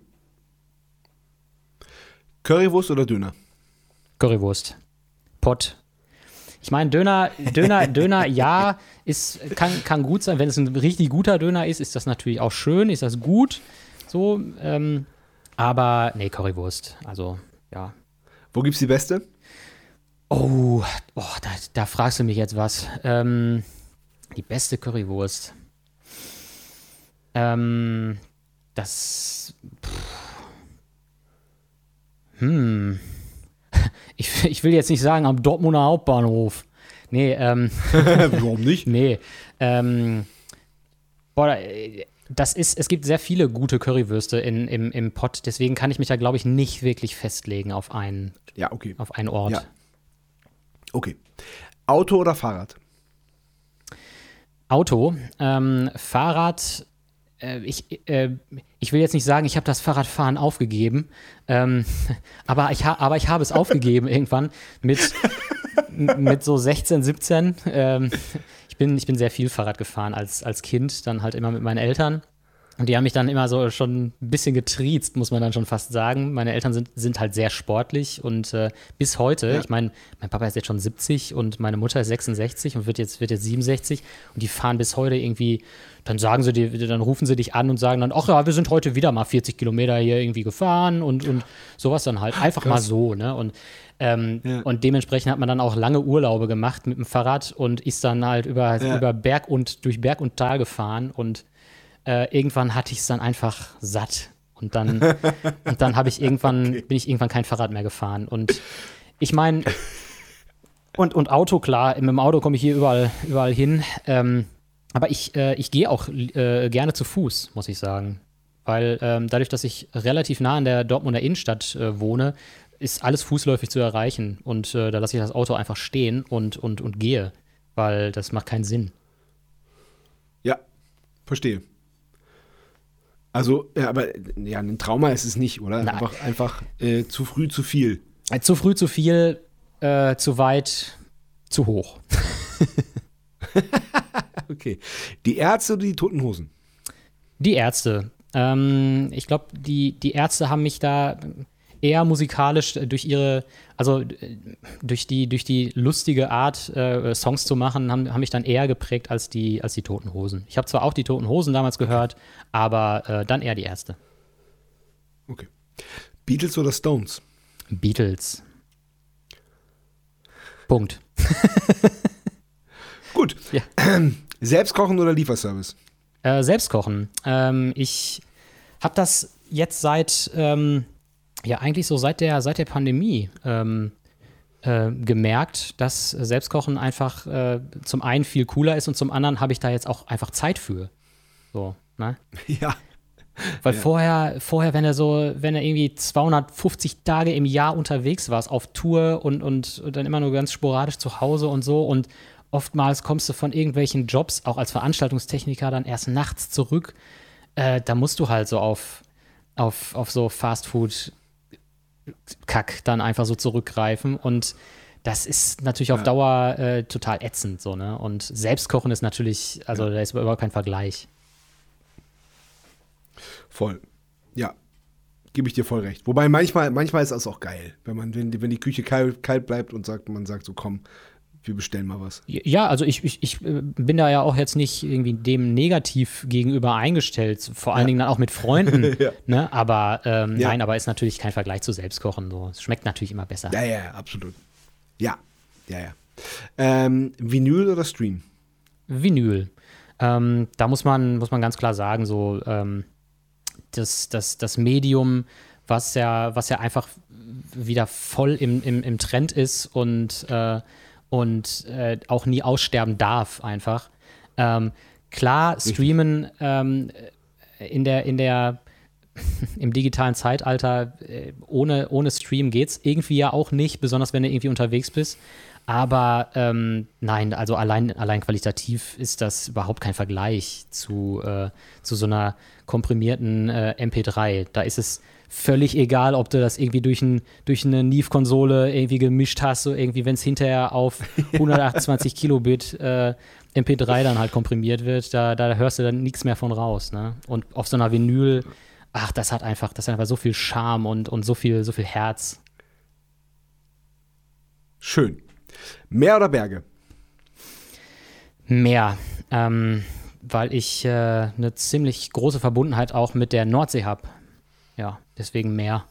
Currywurst oder Döner? Currywurst. Pott. Ich meine, Döner, Döner, Döner, ja, ist, kann, kann gut sein. Wenn es ein richtig guter Döner ist, ist das natürlich auch schön, ist das gut. So, ähm, aber nee, Currywurst. Also, ja. Wo gibt's die beste? Oh, oh da, da fragst du mich jetzt was. Ähm, die beste Currywurst. Ähm, das. Pff. Hm. Ich, ich will jetzt nicht sagen, am Dortmunder Hauptbahnhof. Nee, ähm. Warum nicht? Nee. Ähm. Boah, das ist, es gibt sehr viele gute Currywürste in, im, im Pott, deswegen kann ich mich da, glaube ich, nicht wirklich festlegen auf einen, ja, okay. auf einen Ort. Ja. Okay. Auto oder Fahrrad? Auto. Ähm, Fahrrad, äh, ich, äh, ich will jetzt nicht sagen, ich habe das Fahrradfahren aufgegeben, ähm, aber, ich ha- aber ich habe es aufgegeben irgendwann mit, mit so sechzehn, siebzehn. Ähm, Ich bin, ich bin sehr viel Fahrrad gefahren als, als Kind, dann halt immer mit meinen Eltern. Und die haben mich dann immer so schon ein bisschen getriezt, muss man dann schon fast sagen. Meine Eltern sind, sind halt sehr sportlich und äh, bis heute, ja. Ich meine, mein Papa ist jetzt schon siebzig und meine Mutter ist sechsundsechzig und wird jetzt, wird jetzt siebenundsechzig und die fahren bis heute irgendwie, dann sagen sie dir, dann rufen sie dich an und sagen dann, ach ja, wir sind heute wieder mal vierzig Kilometer hier irgendwie gefahren und, und sowas dann halt. Einfach Krass. Mal so, ne? Und Ähm, ja. Und dementsprechend hat man dann auch lange Urlaube gemacht mit dem Fahrrad und ist dann halt über, ja. über Berg und durch Berg und Tal gefahren und äh, irgendwann hatte ich es dann einfach satt und dann und dann habe ich irgendwann okay. bin ich irgendwann kein Fahrrad mehr gefahren und ich meine und und Auto, klar, mit dem Auto komme ich hier überall überall hin. Ähm, aber ich, äh, ich gehe auch äh, gerne zu Fuß, muss ich sagen. Weil ähm, dadurch, dass ich relativ nah an der Dortmunder Innenstadt äh, wohne, ist alles fußläufig zu erreichen. Und äh, da lasse ich das Auto einfach stehen und, und, und gehe. Weil das macht keinen Sinn. Ja, verstehe. Also, ja, aber ja, ein Trauma ist es nicht, oder? Nein. Einfach, einfach äh, zu früh, zu viel. Äh, zu früh, zu viel, äh, zu weit, zu hoch. Okay. Die Ärzte oder die Toten Hosen? Die Ärzte. Ähm, ich glaube, die, die Ärzte haben mich da eher musikalisch durch ihre, also durch die, durch die lustige Art, äh, Songs zu machen, haben, haben mich dann eher geprägt als die, als die Toten Hosen. Ich habe zwar auch die Toten Hosen damals gehört, aber äh, dann eher die Ärzte. Okay. Beatles oder Stones? Beatles. Punkt. Gut. Ja. Selbstkochen oder Lieferservice? Äh, selbst kochen. Ähm, ich habe das jetzt seit, ähm, ja eigentlich so seit der, seit der Pandemie ähm, äh, gemerkt, dass Selbstkochen einfach äh, zum einen viel cooler ist und zum anderen habe ich da jetzt auch einfach Zeit für. So, ne? Ja. Weil Ja. vorher, vorher, wenn er so, wenn er irgendwie zweihundertfünfzig Tage im Jahr unterwegs warst auf Tour und, und, und dann immer nur ganz sporadisch zu Hause und so und oftmals kommst du von irgendwelchen Jobs, auch als Veranstaltungstechniker, dann erst nachts zurück. Äh, da musst du halt so auf, auf, auf so Fastfood-Kack dann einfach so zurückgreifen. Und das ist natürlich auf Ja. Dauer äh, total ätzend. So, ne? Und Selbstkochen ist natürlich, also da ist überhaupt kein Vergleich. Voll. Ja. Gebe ich dir voll recht. Wobei manchmal, manchmal ist das auch geil, wenn man, wenn, die- wenn die Küche kalt, kalt bleibt und sagt, man sagt so, komm, wir bestellen mal was. Ja, also ich, ich, ich äh, bin da ja auch jetzt nicht irgendwie dem negativ gegenüber eingestellt, vor allen Ja. Dingen dann auch mit Freunden, Ja. ne? Aber ähm, Ja. nein, aber ist natürlich kein Vergleich zu Selbstkochen. So. Es schmeckt natürlich immer besser. Ja, ja, absolut. Ja, ja, ja. Ähm, Vinyl oder Stream? Vinyl. Ähm, da muss man, muss man ganz klar sagen, so ähm, das, das, das Medium, was ja, was ja einfach wieder voll im, im, im Trend ist und äh, und äh, auch nie aussterben darf einfach. Ähm, klar, streamen ähm, in der, in der, im digitalen Zeitalter äh, ohne, ohne Stream geht's irgendwie ja auch nicht, besonders wenn du irgendwie unterwegs bist. Aber ähm, nein, also allein, allein qualitativ ist das überhaupt kein Vergleich zu, äh, zu so einer komprimierten äh, M P drei. Da ist es völlig egal, ob du das irgendwie durch, ein, durch eine Neve-Konsole irgendwie gemischt hast, so irgendwie, wenn es hinterher auf hundertachtundzwanzig Kilobit äh, M P drei dann halt komprimiert wird, da, da hörst du dann nichts mehr von raus. Ne? Und auf so einer Vinyl, ach, das hat einfach, das hat einfach so viel Charme und, und so viel, so viel Herz. Schön. Meer oder Berge? Meer, ähm, weil ich äh, eine ziemlich große Verbundenheit auch mit der Nordsee habe. Ja, deswegen Meer.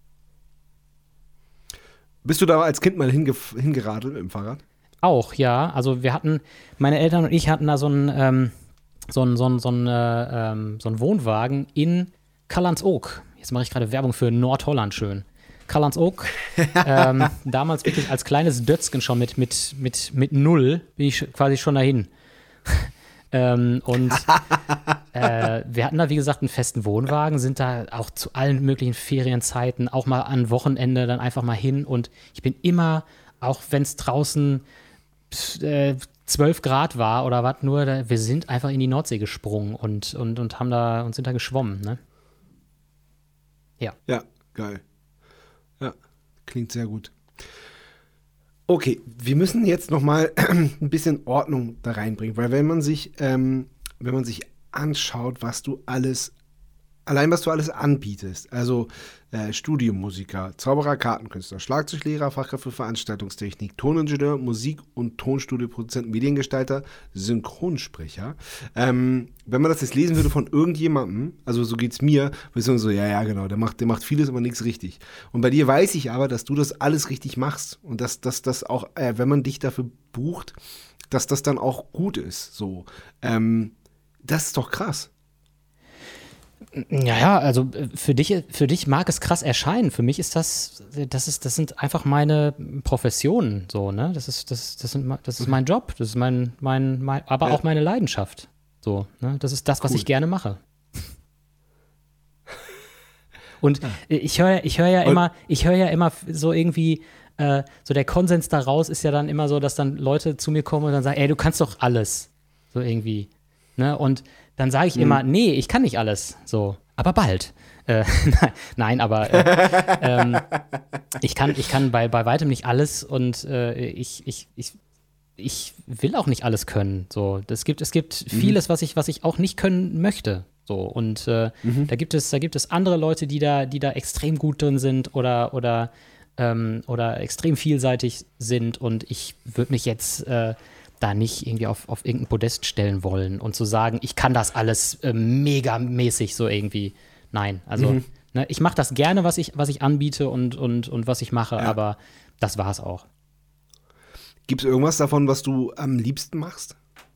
Bist du da als Kind mal hinge hingeradelt mit dem Fahrrad? Auch, ja. Also wir hatten, meine Eltern und ich hatten da so einen, ähm, so einen, so einen, so einen, äh, ähm, so einen Wohnwagen in Callantsoog. Jetzt mache ich gerade Werbung für Nordholland schön. Callantsoog, ähm, damals wirklich als kleines Dötzgen schon mit, mit, mit, mit null bin ich quasi schon dahin. ähm, und äh, wir hatten da, wie gesagt, einen festen Wohnwagen, sind da auch zu allen möglichen Ferienzeiten, auch mal an Wochenende dann einfach mal hin. Und ich bin immer, auch wenn es draußen äh, zwölf Grad war oder was, nur, da, wir sind einfach in die Nordsee gesprungen und, und, und haben da und sind da geschwommen, ne? Ja. Ja, geil. Ja, klingt sehr gut. Okay, wir müssen jetzt noch mal ein bisschen Ordnung da reinbringen, weil wenn man sich, ähm, wenn man sich anschaut, was du alles, allein was du alles anbietest, also äh, Studiomusiker, Zauberer, Kartenkünstler, Schlagzeuglehrer, Fachkraft für Veranstaltungstechnik, Toningenieur, Musik- und Tonstudioproduzent, Mediengestalter, Synchronsprecher. Ähm, wenn man das jetzt lesen würde von irgendjemandem, also so geht's mir, würde ich sagen so, ja, ja, genau, der macht, der macht vieles, aber nichts richtig. Und bei dir weiß ich aber, dass du das alles richtig machst und dass das auch, äh, wenn man dich dafür bucht, dass das dann auch gut ist. So, ähm, das ist doch krass. Ja, ja, also für dich, für dich mag es krass erscheinen. Für mich ist das, das ist, das sind einfach meine Professionen, so, ne? Das ist, das, das sind, das ist mein Job, das ist mein, mein, mein aber ja. auch meine Leidenschaft. So, ne? Das ist das, was cool. ich gerne mache. Und ja. ich höre, ich höre ja Und? immer, ich höre ja immer so irgendwie, äh, so der Konsens daraus ist ja dann immer so, dass dann Leute zu mir kommen und dann sagen, ey, du kannst doch alles. So irgendwie. Ne? Und dann sage ich mhm. immer, nee, ich kann nicht alles. So, aber bald. Äh, nein, aber äh, ähm, ich kann, ich kann bei, bei weitem nicht alles und äh, ich, ich, ich, ich will auch nicht alles können. So, das gibt, es gibt mhm. vieles, was ich, was ich auch nicht können möchte. So, und äh, mhm. da gibt es, da gibt es andere Leute, die da, die da extrem gut drin sind oder, oder, ähm, oder extrem vielseitig sind und ich würde mich jetzt äh, da nicht irgendwie auf, auf irgendein Podest stellen wollen und zu sagen, ich kann das alles äh, megamäßig so irgendwie. Nein, also mhm. ne, ich mache das gerne, was ich, was ich anbiete und, und, und was ich mache, ja. aber das war's auch. Gibt es irgendwas davon, was du am liebsten machst?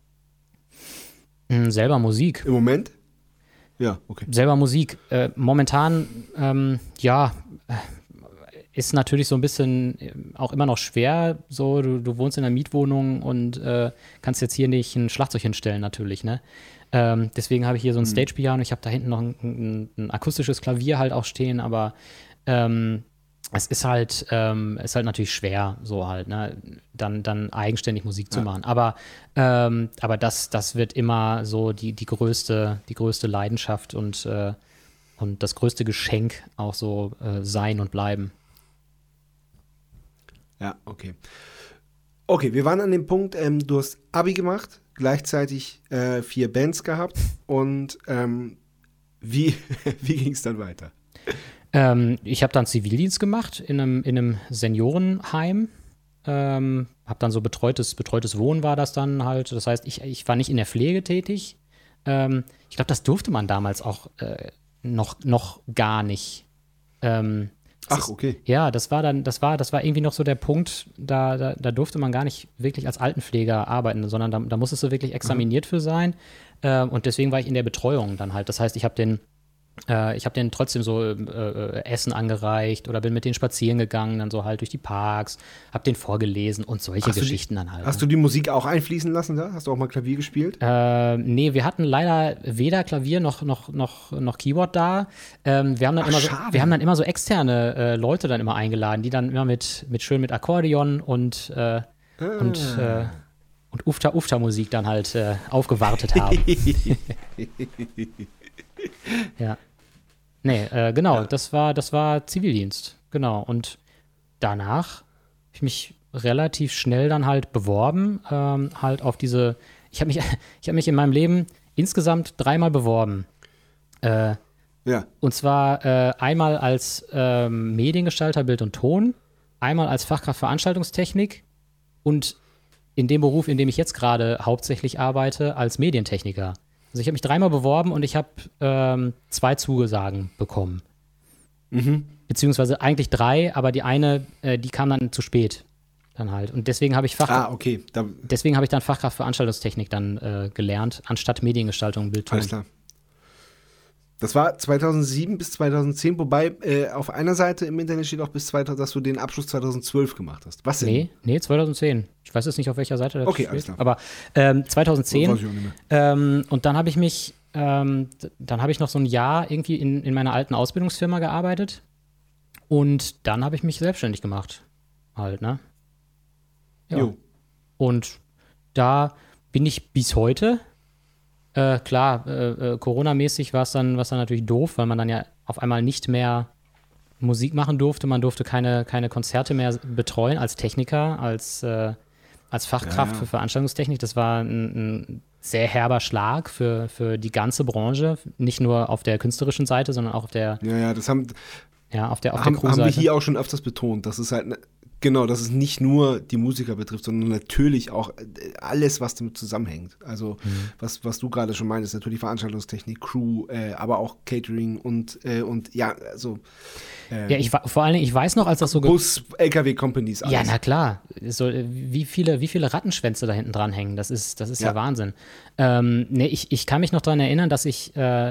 Mhm, selber Musik. Im Moment? Ja, okay. Selber Musik. Äh, momentan, ähm, ja, ist natürlich so ein bisschen auch immer noch schwer. So, du, du wohnst in einer Mietwohnung und äh, kannst jetzt hier nicht ein Schlagzeug hinstellen, natürlich, ne? Ähm, deswegen habe ich hier so ein mhm. Stage-Piano. Ich habe da hinten noch ein, ein, ein akustisches Klavier halt auch stehen, aber ähm, es ist halt, ähm, ist halt natürlich schwer, so halt, ne? Dann, dann eigenständig Musik ja. zu machen. Aber, ähm, aber das, das wird immer so die, die größte, die größte Leidenschaft und, äh, und das größte Geschenk auch so äh, sein und bleiben. Ja, okay. Okay, wir waren an dem Punkt, ähm, du hast Abi gemacht, gleichzeitig äh, vier Bands gehabt und ähm, wie, wie ging es dann weiter? Ähm, ich habe dann Zivildienst gemacht in einem, in einem Seniorenheim. Ähm, habe dann so betreutes, betreutes Wohnen war das dann halt. Das heißt, ich, ich war nicht in der Pflege tätig. Ähm, ich glaube, das durfte man damals auch äh, noch, noch gar nicht. Ähm, Ach, okay. Ist, ja, das war dann, das war, das war irgendwie noch so der Punkt, da, da, da durfte man gar nicht wirklich als Altenpfleger arbeiten, sondern da, da musstest du wirklich examiniert mhm. für sein. Äh, und deswegen war ich in der Betreuung dann halt. Das heißt, ich habe den Äh, ich habe denen trotzdem so äh, Essen angereicht oder bin mit denen spazieren gegangen, dann so halt durch die Parks, habe denen vorgelesen und solche hast Geschichten die, dann halt. Hast du die Musik auch einfließen lassen da? Hast du auch mal Klavier gespielt? Äh, nee, wir hatten leider weder Klavier noch, noch, noch, noch Keyboard da. Ähm, wir, haben dann Ach, immer so, wir haben dann immer so externe äh, Leute dann immer eingeladen, die dann immer mit, mit schön mit Akkordeon und, äh, ah. und, äh, und Ufta-Ufta-Musik dann halt äh, aufgewartet haben. Ja. Nee, äh, genau, ja. das war, das war Zivildienst, genau. Und danach habe ich mich relativ schnell dann halt beworben, ähm, halt auf diese, ich habe mich, ich habe mich in meinem Leben insgesamt dreimal beworben. Äh, ja. Und zwar äh, einmal als ähm, Mediengestalter Bild und Ton, einmal als Fachkraft Veranstaltungstechnik und in dem Beruf, in dem ich jetzt gerade hauptsächlich arbeite, als Medientechniker. Also ich habe mich dreimal beworben und ich habe ähm, zwei Zusagen bekommen. Mhm. Beziehungsweise eigentlich drei, aber die eine, äh, die kam dann zu spät dann halt. Und deswegen habe ich Fachkraft, ah, okay. Da deswegen habe ich dann Fachkraft Veranstaltungstechnik dann äh, gelernt, anstatt Mediengestaltung, Bildton. Alles klar. Das war zweitausendsieben bis zweitausendzehn, wobei äh, auf einer Seite im Internet steht auch bis zweitausend, dass du den Abschluss zweitausendzwölf gemacht hast. Was denn? Nee, nee, zweitauszehn. Ich weiß jetzt nicht, auf welcher Seite das okay, steht. Alles klar. Aber ähm, zweitausendzehn. Das weiß ich auch nicht mehr. Ähm, und dann habe ich mich, ähm, dann habe ich noch so ein Jahr irgendwie in, in meiner alten Ausbildungsfirma gearbeitet. Und dann habe ich mich selbstständig gemacht. Halt, ne? Ja. Jo. Und da bin ich bis heute. Äh, klar, äh, äh, Corona-mäßig war es dann, war's dann natürlich doof, weil man dann ja auf einmal nicht mehr Musik machen durfte. Man durfte keine, keine Konzerte mehr betreuen als Techniker, als, äh, als Fachkraft ja, ja. für Veranstaltungstechnik. Das war ein, ein sehr herber Schlag für, für die ganze Branche, nicht nur auf der künstlerischen Seite, sondern auch auf der Ja, ja, das haben, ja, auf der, auf haben, der Crew-Seite. haben wir hier auch schon öfters betont. Das ist halt ne, Genau, dass es nicht nur die Musiker betrifft, sondern natürlich auch alles, was damit zusammenhängt. Also mhm. was, was du gerade schon meintest, natürlich Veranstaltungstechnik, Crew, äh, aber auch Catering und, äh, und ja, also äh, ja, ich vor allen Dingen, ich weiß noch, als das so Bus, L K W-Companies, alles. Ja, na klar. So, wie viele, wie viele Rattenschwänze da hinten dran hängen, das ist, das ist ja, ja Wahnsinn. Ähm, nee, ich, ich kann mich noch daran erinnern, dass ich äh,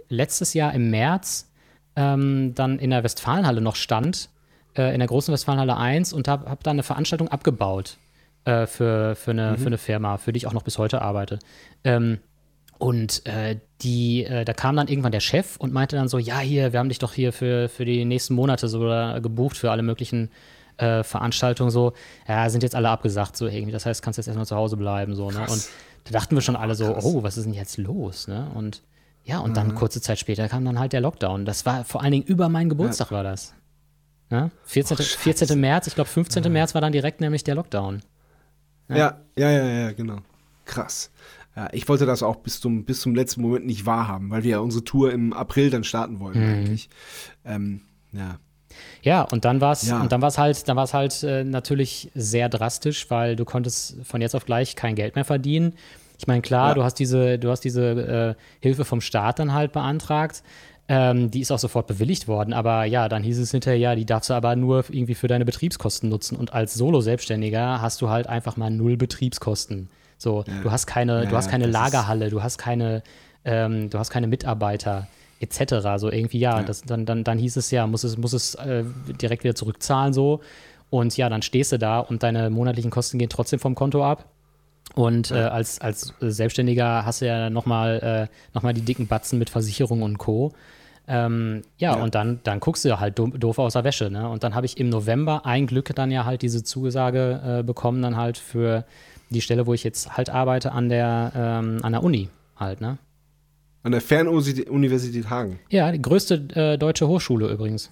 letztes Jahr im März ähm, dann in der Westfalenhalle noch stand, äh, in der großen Westfalenhalle eins und habe hab da eine Veranstaltung abgebaut äh, für, für, eine, mhm. für eine Firma, für die ich auch noch bis heute arbeite. Ähm, und äh, die, äh, da kam dann irgendwann der Chef und meinte dann so, ja, hier, wir haben dich doch hier für, für die nächsten Monate so gebucht für alle möglichen äh, Veranstaltungen so. Ja, sind jetzt alle abgesagt, so irgendwie. Das heißt, kannst jetzt erstmal zu Hause bleiben, so, ne? Und da dachten wir schon alle so, Krass. oh, was ist denn jetzt los, ne? Und ja, und dann mhm. kurze Zeit später kam dann halt der Lockdown. Das war vor allen Dingen über meinen Geburtstag ja. war das. Ja? vierzehnten Oh, vierzehnten März, ich glaube fünfzehnten März war dann direkt nämlich der Lockdown. Ja, ja, ja, ja, ja genau. Krass. Ja, ich wollte das auch bis zum, bis zum letzten Moment nicht wahrhaben, weil wir ja unsere Tour im April dann starten wollten mhm. eigentlich. Ähm, ja. Ja, und dann war es ja. und dann war es halt, dann war es halt äh, natürlich sehr drastisch, weil du konntest von jetzt auf gleich kein Geld mehr verdienen. Ich meine, klar, ja. du hast diese, du hast diese äh, Hilfe vom Staat dann halt beantragt. Ähm, die ist auch sofort bewilligt worden, aber ja, dann hieß es hinterher, ja, die darfst du aber nur irgendwie für deine Betriebskosten nutzen. Und als Solo-Selbstständiger hast du halt einfach mal null Betriebskosten. So, ja. du hast keine, ja, du hast keine Lagerhalle, du hast keine, ähm, du hast keine Mitarbeiter et cetera. So irgendwie, ja, ja. Das, dann, dann, dann hieß es ja, muss es, muss es äh, direkt wieder zurückzahlen so. Und ja, dann stehst du da und deine monatlichen Kosten gehen trotzdem vom Konto ab. Und ja. äh, als, als Selbstständiger hast du ja nochmal äh, noch mal die dicken Batzen mit Versicherung und Co. Ähm, ja, ja, und dann, dann guckst du halt doof, doof aus der Wäsche, ne? Und dann habe ich im November ein Glück dann ja halt diese Zusage äh, bekommen, dann halt für die Stelle, wo ich jetzt halt arbeite, an der, ähm, an der Uni halt, ne? An der Fernuniversität Hagen. Ja, die größte äh, deutsche Hochschule übrigens.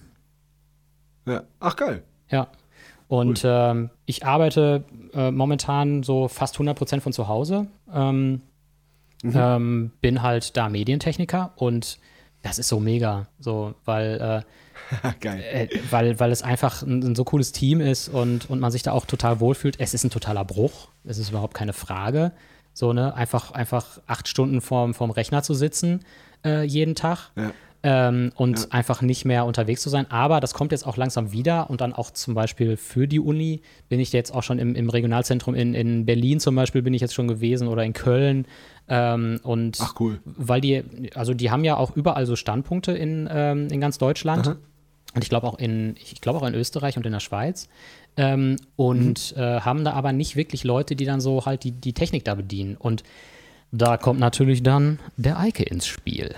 Ja, ach geil. Ja, und cool. ähm, ich arbeite äh, momentan so fast hundert Prozent von zu Hause. Ähm, mhm. ähm, bin halt da Medientechniker und das ist so mega, so, weil, äh, Geil. Äh, weil, weil es einfach ein, ein so cooles Team ist und, und man sich da auch total wohlfühlt. Es ist ein totaler Bruch, es ist überhaupt keine Frage. So, ne, einfach, einfach acht Stunden vorm, vorm Rechner zu sitzen, äh, jeden Tag. Ja. Ähm, und ja. einfach nicht mehr unterwegs zu sein. Aber das kommt jetzt auch langsam wieder und dann auch zum Beispiel für die Uni bin ich jetzt auch schon im, im Regionalzentrum in, in Berlin zum Beispiel bin ich jetzt schon gewesen oder in Köln. Ähm, und Ach cool. Weil die, also die haben ja auch überall so Standpunkte in, ähm, in ganz Deutschland. Aha. Und ich glaube auch in, ich glaube auch in Österreich und in der Schweiz. Ähm, und mhm. äh, haben da aber nicht wirklich Leute, die dann so halt die, die Technik da bedienen. Und da kommt natürlich dann der Eike ins Spiel.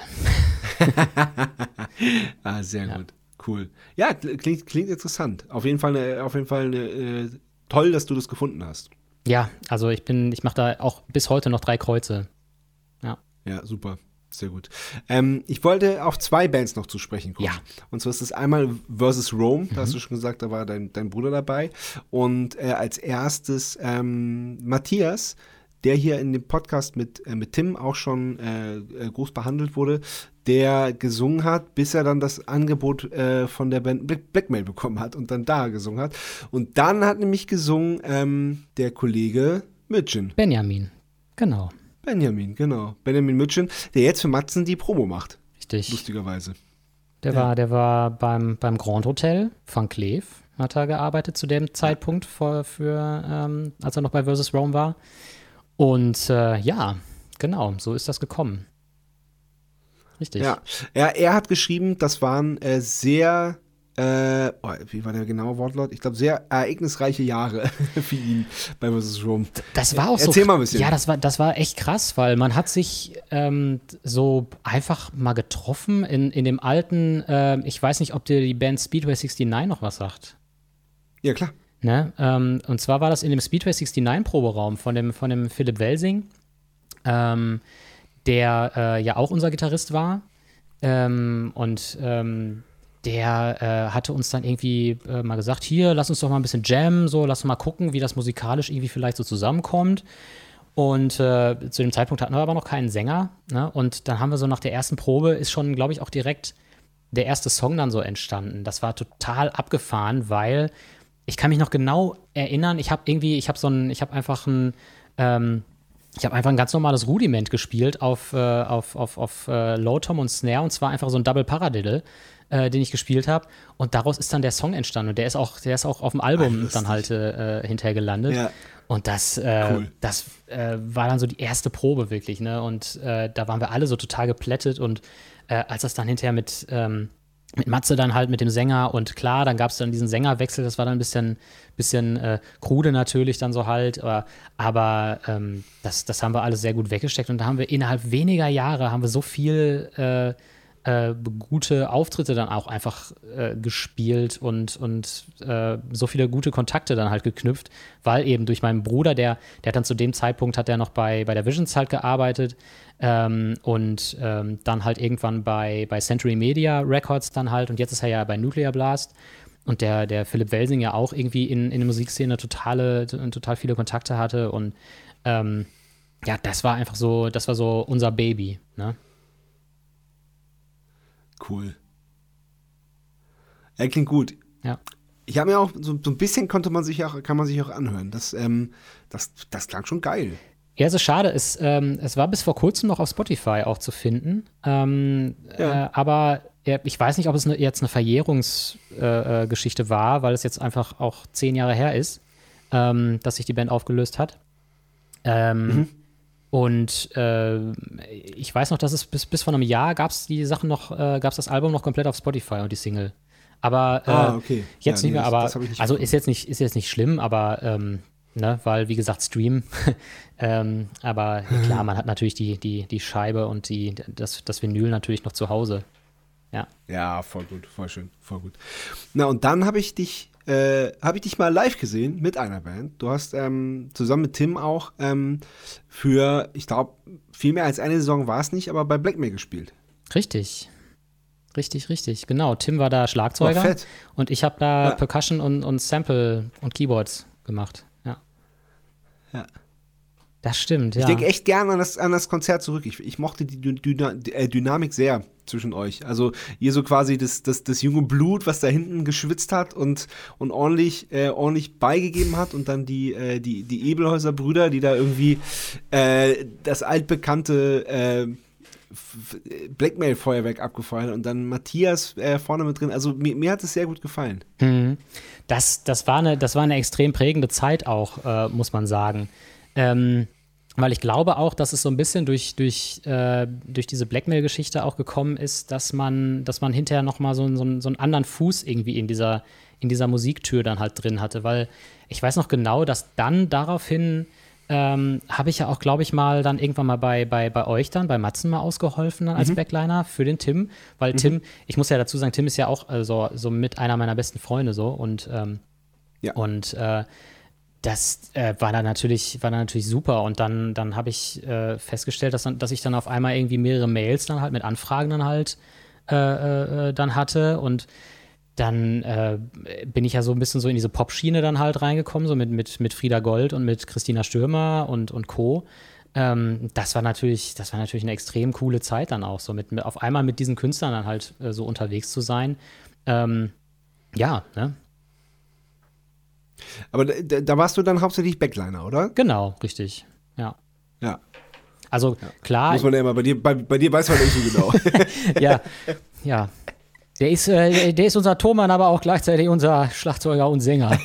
ah, sehr ja. gut. Cool. Ja, klingt, klingt interessant. Auf jeden Fall, eine, auf jeden Fall eine, äh, toll, dass du das gefunden hast. Ja, also ich bin, ich mache da auch bis heute noch drei Kreuze. Ja. Ja, super. Sehr gut. Ähm, ich wollte auf zwei Bands noch zu sprechen kommen. Ja. Und zwar ist das einmal Versus Rome, da mhm. hast du schon gesagt, da war dein, dein Bruder dabei. Und äh, als erstes ähm, Matthias, der hier in dem Podcast mit, äh, mit Tim auch schon äh, groß behandelt wurde, der gesungen hat, bis er dann das Angebot äh, von der Band Black- Blackmail bekommen hat und dann da gesungen hat. Und dann hat nämlich gesungen ähm, der Kollege Mütchen. Benjamin, genau. Benjamin, genau. Benjamin Mütchen, der jetzt für Matzen die Promo macht. Richtig. Lustigerweise. Der, ja. war, der war beim, beim Grand Hotel von Kleef, hat er gearbeitet zu dem Zeitpunkt, für, für, ähm, als er noch bei Versus Rome war. Und äh, ja, genau, so ist das gekommen. Richtig. Ja, er, er hat geschrieben, das waren äh, sehr, äh, oh, wie war der genaue Wortlaut? Ich glaube, sehr ereignisreiche Jahre für ihn bei Versus Rome. Das war auch Erzähl so. mal ein bisschen. Ja, das war, das war echt krass, weil man hat sich ähm, so einfach mal getroffen in, in dem alten, äh, ich weiß nicht, ob dir die Band Speedway neunundsechzig noch was sagt. Ja, klar. Ne? Ähm, und zwar war das in dem Speedway neunundsechzig Proberaum von dem, von dem Philipp Welsing, ähm, der äh, ja auch unser Gitarrist war. Ähm, und ähm, der äh, hatte uns dann irgendwie äh, mal gesagt, hier, lass uns doch mal ein bisschen jammen, so, lass uns mal gucken, wie das musikalisch irgendwie vielleicht so zusammenkommt. Und äh, zu dem Zeitpunkt hatten wir aber noch keinen Sänger. Ne? Und dann haben wir so nach der ersten Probe ist schon, glaube ich, auch direkt der erste Song dann so entstanden. Das war total abgefahren, weil ich kann mich noch genau erinnern, ich habe irgendwie, ich habe so ein, ich habe einfach ein, ähm, ich habe einfach ein ganz normales Rudiment gespielt auf, äh, auf, auf, auf äh, Low Tom und Snare und zwar einfach so ein Double Paradiddle, äh, den ich gespielt habe und daraus ist dann der Song entstanden und der ist auch, der ist auch auf dem Album Ach, dann halt äh, hinterher gelandet. Ja. Und das, äh, cool. das äh, war dann so die erste Probe wirklich, ne? Und äh, da waren wir alle so total geplättet und äh, als das dann hinterher mit, ähm, mit Matze dann halt mit dem Sänger und klar, dann gab es dann diesen Sängerwechsel, das war dann ein bisschen, bisschen äh, krude natürlich dann so halt, aber, aber ähm, das, das haben wir alles sehr gut weggesteckt und da haben wir innerhalb weniger Jahre haben wir so viel äh, Äh, gute Auftritte dann auch einfach äh, gespielt und, und äh, so viele gute Kontakte dann halt geknüpft, weil eben durch meinen Bruder, der, der hat dann zu dem Zeitpunkt, hat der noch bei, bei der Visions halt gearbeitet ähm, und ähm, dann halt irgendwann bei, bei Century Media Records dann halt und jetzt ist er ja bei Nuclear Blast und der, der Philipp Welsing ja auch irgendwie in, in der Musikszene totale, total viele Kontakte hatte und ähm, ja, das war einfach so, das war so unser Baby, ne? Cool. Er klingt gut. Ja. Ich habe mir auch, so, so ein bisschen konnte man sich auch, kann man sich auch anhören. Das, ähm, das, das klang schon geil. Ja, es ist schade. Es, ähm, es war bis vor kurzem noch auf Spotify auch zu finden. Ähm, ja. äh, aber äh, ich weiß nicht, ob es eine, jetzt eine Verjährungsgeschichte äh, war, weil es jetzt einfach auch zehn Jahre her ist, ähm, dass sich die Band aufgelöst hat. Ähm, mhm. Und äh, ich weiß noch, dass es bis, bis vor einem Jahr gab es die Sachen noch, äh, gab es das Album noch komplett auf Spotify und die Single. Aber äh, ah, okay. jetzt ja, nicht mehr, nee, aber das, das nicht also ist jetzt nicht, ist jetzt nicht schlimm, aber ähm, ne, weil wie gesagt Stream. ähm, aber klar, man hat natürlich die, die, die Scheibe und die, das, das Vinyl natürlich noch zu Hause. Ja. Ja, voll gut, voll schön, voll gut. Na und dann habe ich dich Äh, habe ich dich mal live gesehen mit einer Band. Du hast ähm, zusammen mit Tim auch ähm, für, ich glaube, viel mehr als eine Saison war es nicht, aber bei Blackmail gespielt. Richtig. Richtig, richtig. Genau. Tim war da Schlagzeuger war fett. Und ich habe da ja. Percussion und, und Sample und Keyboards gemacht. Ja. Ja. Das stimmt, ja. Ich denke echt gerne an das, an das Konzert zurück. Ich, ich mochte die Dyna, äh, Dynamik sehr zwischen euch. Also ihr so quasi das, das, das junge Blut, was da hinten geschwitzt hat und, und ordentlich, äh, ordentlich beigegeben hat und dann die, äh, die, die Ebelhäuser Brüder, die da irgendwie äh, das altbekannte äh, Blackmail-Feuerwerk abgefeuert und dann Matthias äh, vorne mit drin. Also mir, mir hat es sehr gut gefallen. Hm. Das, das, war eine, das war eine extrem prägende Zeit auch, äh, muss man sagen. Ähm, weil ich glaube auch, dass es so ein bisschen durch, durch, äh, durch diese Blackmail-Geschichte auch gekommen ist, dass man, dass man hinterher noch mal so, so, so einen anderen Fuß irgendwie in dieser, in dieser Musiktür dann halt drin hatte. Weil ich weiß noch genau, dass dann daraufhin ähm, habe ich ja auch, glaube ich, mal dann irgendwann mal bei, bei, bei euch dann, bei Matzen mal ausgeholfen dann als mhm. Backliner für den Tim. Weil mhm. Tim, ich muss ja dazu sagen, Tim ist ja auch also, so mit einer meiner besten Freunde so und ähm, ja. und äh, Das äh, war dann natürlich, war dann natürlich super. Und dann, dann habe ich äh, festgestellt, dass, dann, dass ich dann auf einmal irgendwie mehrere Mails dann halt mit Anfragen dann halt äh, äh, dann hatte. Und dann äh, bin ich ja so ein bisschen so in diese Pop-Schiene dann halt reingekommen, so mit, mit, mit Frieda Gold und mit Christina Stürmer und, und Co. Ähm, das war natürlich, das war natürlich eine extrem coole Zeit dann auch, so mit, mit auf einmal mit diesen Künstlern dann halt äh, so unterwegs zu sein. Ähm, ja, ne? Aber da, da warst du dann hauptsächlich Backliner, oder? Genau, richtig, ja. Ja. Also ja. klar. Muss man ja immer, bei dir, bei, bei dir weiß man nicht so genau. ja, ja. Der ist, äh, der ist unser Thomann, aber auch gleichzeitig unser Schlagzeuger und Sänger.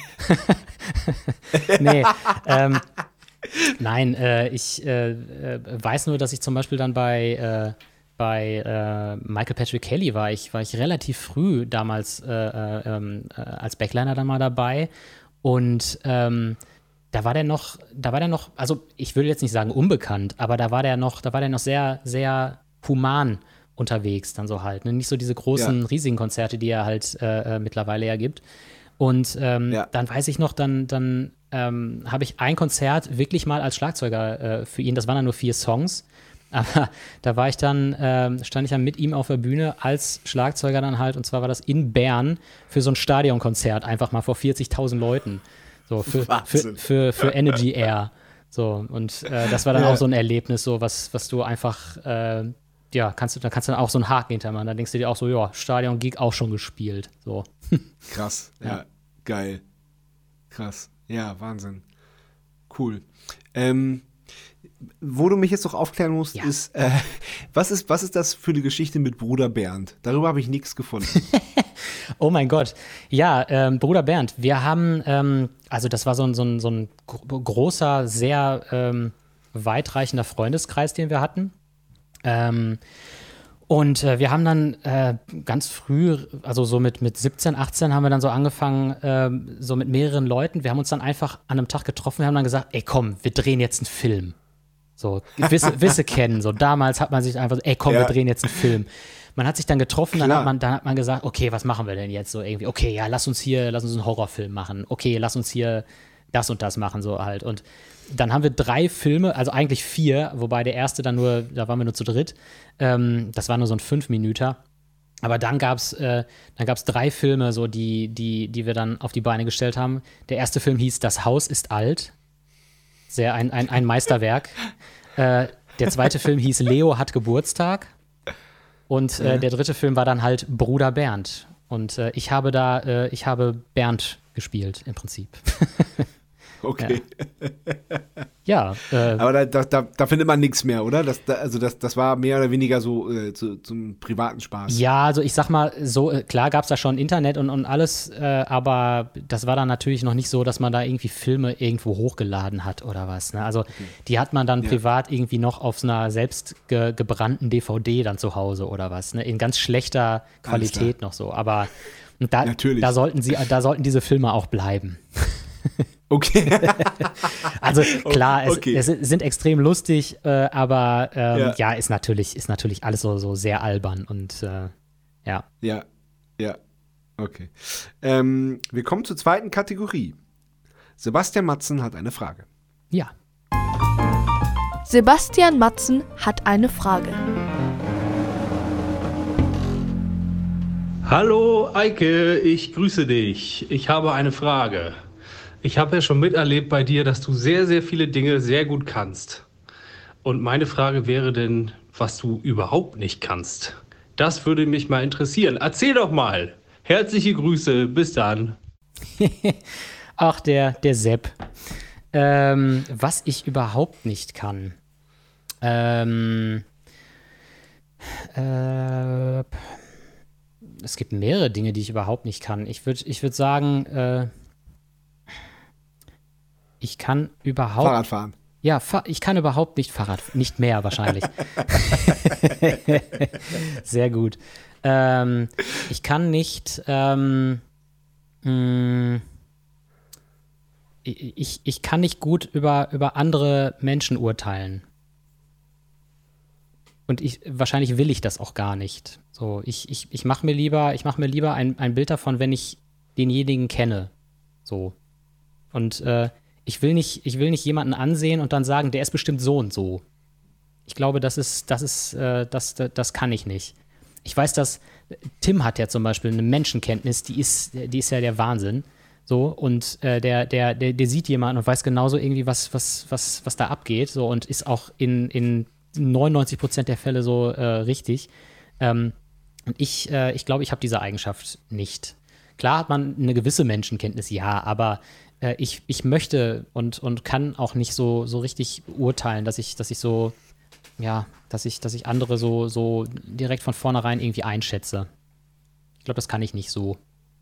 nee, ähm, nein, äh, ich äh, äh, weiß nur, dass ich zum Beispiel dann bei, äh, bei äh, Michael Patrick Kelly war ich, war ich relativ früh damals äh, äh, äh, als Backliner dann mal dabei. Und ähm, da war der noch, da war der noch, also ich will jetzt nicht sagen unbekannt, aber da war der noch, da war der noch sehr, sehr human unterwegs dann so halt. Ne? Nicht so diese großen, ja. riesigen Konzerte, die er halt äh, äh, mittlerweile ja gibt. Und ähm, ja. dann weiß ich noch, dann, dann ähm, habe ich ein Konzert wirklich mal als Schlagzeuger äh, für ihn, das waren dann nur vier Songs, aber da war ich dann, ähm, stand ich dann mit ihm auf der Bühne als Schlagzeuger dann halt, und zwar war das in Bern für so ein Stadionkonzert, einfach mal vor vierzigtausend Leuten. So, für, für, für, für Energy Air. So, und äh, das war dann ja. auch so ein Erlebnis, so was, was du einfach, äh, ja, kannst du, da kannst du dann auch so einen Haken hintermachen. Da denkst du dir auch so, ja, Stadion-Gig auch schon gespielt. So. Krass, ja, ja, geil. Krass, ja, Wahnsinn. Cool. Ähm, Wo du mich jetzt noch aufklären musst, ja. ist, äh, was ist, was ist das für eine Geschichte mit Bruder Bernd? Darüber habe ich nichts gefunden. Oh mein Gott. Ja, ähm, Bruder Bernd, wir haben, ähm, also das war so ein, so ein, so ein großer, sehr ähm, weitreichender Freundeskreis, den wir hatten. Ähm, und äh, wir haben dann äh, ganz früh, also so mit, mit siebzehn, achtzehn haben wir dann so angefangen, äh, so mit mehreren Leuten. Wir haben uns dann einfach an einem Tag getroffen, wir haben dann gesagt, ey komm, wir drehen jetzt einen Film. So, Wisse, Wisse kennen. So, damals hat man sich einfach so, ey komm, ja. wir drehen jetzt einen Film. Man hat sich dann getroffen, dann hat, man, dann hat man gesagt, okay, was machen wir denn jetzt so irgendwie? Okay, ja, lass uns hier, lass uns einen Horrorfilm machen. Okay, lass uns hier das und das machen, so halt. Und dann haben wir drei Filme, also eigentlich vier, wobei der erste dann nur, da waren wir nur zu dritt. Ähm, das war nur so ein Fünf-Minüter. Aber dann gab's, äh, dann gab's drei Filme, so die, die, die wir dann auf die Beine gestellt haben. Der erste Film hieß Das Haus ist alt. Sehr ein, ein, ein Meisterwerk. äh, der zweite Film hieß Leo hat Geburtstag. Und äh, der dritte Film war dann halt Bruder Bernd. Und äh, ich habe da, äh, ich habe Bernd gespielt, im Prinzip. Okay. Ja. ja äh, Aber da, da, da findet man nichts mehr, oder? Das, da, also das, das war mehr oder weniger so äh, zu, zum privaten Spaß. Ja, also ich sag mal, so äh, klar gab es da schon Internet und, und alles, äh, aber das war dann natürlich noch nicht so, dass man da irgendwie Filme irgendwo hochgeladen hat oder was. Ne? Also okay. die hat man dann ja. privat irgendwie noch auf einer selbst ge- gebrannten D V D dann zu Hause oder was. Ne? In ganz schlechter Qualität noch so. Aber da, da, sollten sie, da sollten diese Filme auch bleiben. Okay. Also klar, es, okay. es sind extrem lustig, äh, aber ähm, ja. ja, ist natürlich, ist natürlich alles so, so sehr albern und äh, ja. Ja, ja, okay. Ähm, wir kommen zur zweiten Kategorie. Sebastian Matzen hat eine Frage. Ja. Sebastian Matzen hat eine Frage. Hallo Eike, ich grüße dich. Ich habe eine Frage. Ich habe ja schon miterlebt bei dir, dass du sehr, sehr viele Dinge sehr gut kannst. Und meine Frage wäre denn, was du überhaupt nicht kannst. Das würde mich mal interessieren. Erzähl doch mal. Herzliche Grüße, bis dann. Ach, der, der Sepp. Ähm, was ich überhaupt nicht kann. Ähm, äh, es gibt mehrere Dinge, die ich überhaupt nicht kann. Ich würde ich würd sagen, äh, ich kann überhaupt... Fahrradfahren. Ja, fa- ich kann überhaupt nicht Fahrrad, nicht mehr wahrscheinlich. Sehr gut. Ähm, ich kann nicht, ähm, mh, ich, ich kann nicht gut über, über andere Menschen urteilen. Und ich, wahrscheinlich will ich das auch gar nicht. So, ich, ich, ich mache mir lieber, ich mache mir lieber ein, ein Bild davon, wenn ich denjenigen kenne. So. Und äh, Ich will nicht, ich will nicht jemanden ansehen und dann sagen, der ist bestimmt so und so. Ich glaube, das ist, das ist, äh, das, das, das kann ich nicht. Ich weiß, dass Tim hat ja zum Beispiel eine Menschenkenntnis, die ist, die ist ja der Wahnsinn. So, und äh, der, der, der, der sieht jemanden und weiß genauso irgendwie, was, was, was, was da abgeht, so, und ist auch in, in neunundneunzig Prozent der Fälle so äh, richtig. Ähm, und ich, äh, ich glaube, ich habe diese Eigenschaft nicht. Klar hat man eine gewisse Menschenkenntnis, ja, aber äh, ich, ich möchte und, und kann auch nicht so, so richtig urteilen, dass ich, dass ich so, ja, dass ich, dass ich andere so, so direkt von vornherein irgendwie einschätze. Ich glaube, das kann ich nicht so.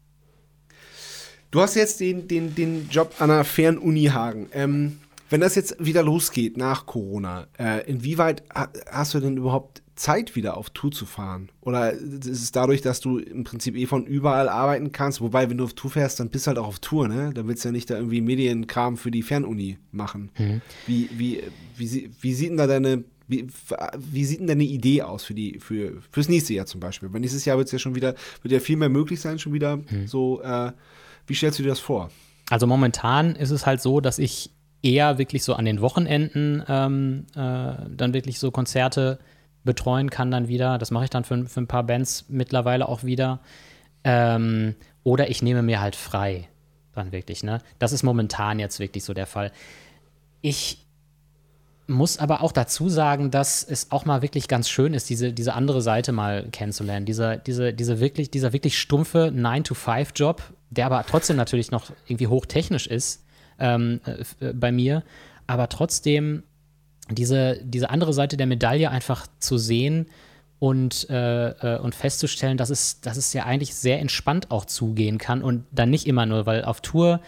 Du hast jetzt den, den, den Job an der Fernuni Hagen. Ähm, wenn das jetzt wieder losgeht nach Corona, äh, inwieweit ha- hast du denn überhaupt Zeit, wieder auf Tour zu fahren? Oder ist es dadurch, dass du im Prinzip eh von überall arbeiten kannst? Wobei, wenn du auf Tour fährst, dann bist du halt auch auf Tour, ne? Dann willst du ja nicht da irgendwie Medienkram für die Fernuni machen. Mhm. Wie, wie, wie, wie sieht denn da deine, wie, wie sieht denn deine Idee aus für die, für, fürs nächste Jahr zum Beispiel? Weil nächstes Jahr wird es ja schon wieder, wird ja viel mehr möglich sein, schon wieder mhm. so, äh, wie stellst du dir das vor? Also momentan ist es halt so, dass ich eher wirklich so an den Wochenenden ähm, äh, dann wirklich so Konzerte betreuen kann dann wieder. Das mache ich dann für, für ein paar Bands mittlerweile auch wieder. Ähm, oder ich nehme mir halt frei dann wirklich, ne? Das ist momentan jetzt wirklich so der Fall. Ich muss aber auch dazu sagen, dass es auch mal wirklich ganz schön ist, diese, diese andere Seite mal kennenzulernen. Dieser, diese, diese wirklich, dieser wirklich stumpfe nine to five Job, der aber trotzdem natürlich noch irgendwie hochtechnisch ist ähm, äh, bei mir, aber trotzdem diese, diese andere Seite der Medaille einfach zu sehen und, äh, äh, und festzustellen, dass es, dass es ja eigentlich sehr entspannt auch zugehen kann und dann nicht immer nur, weil auf Tour,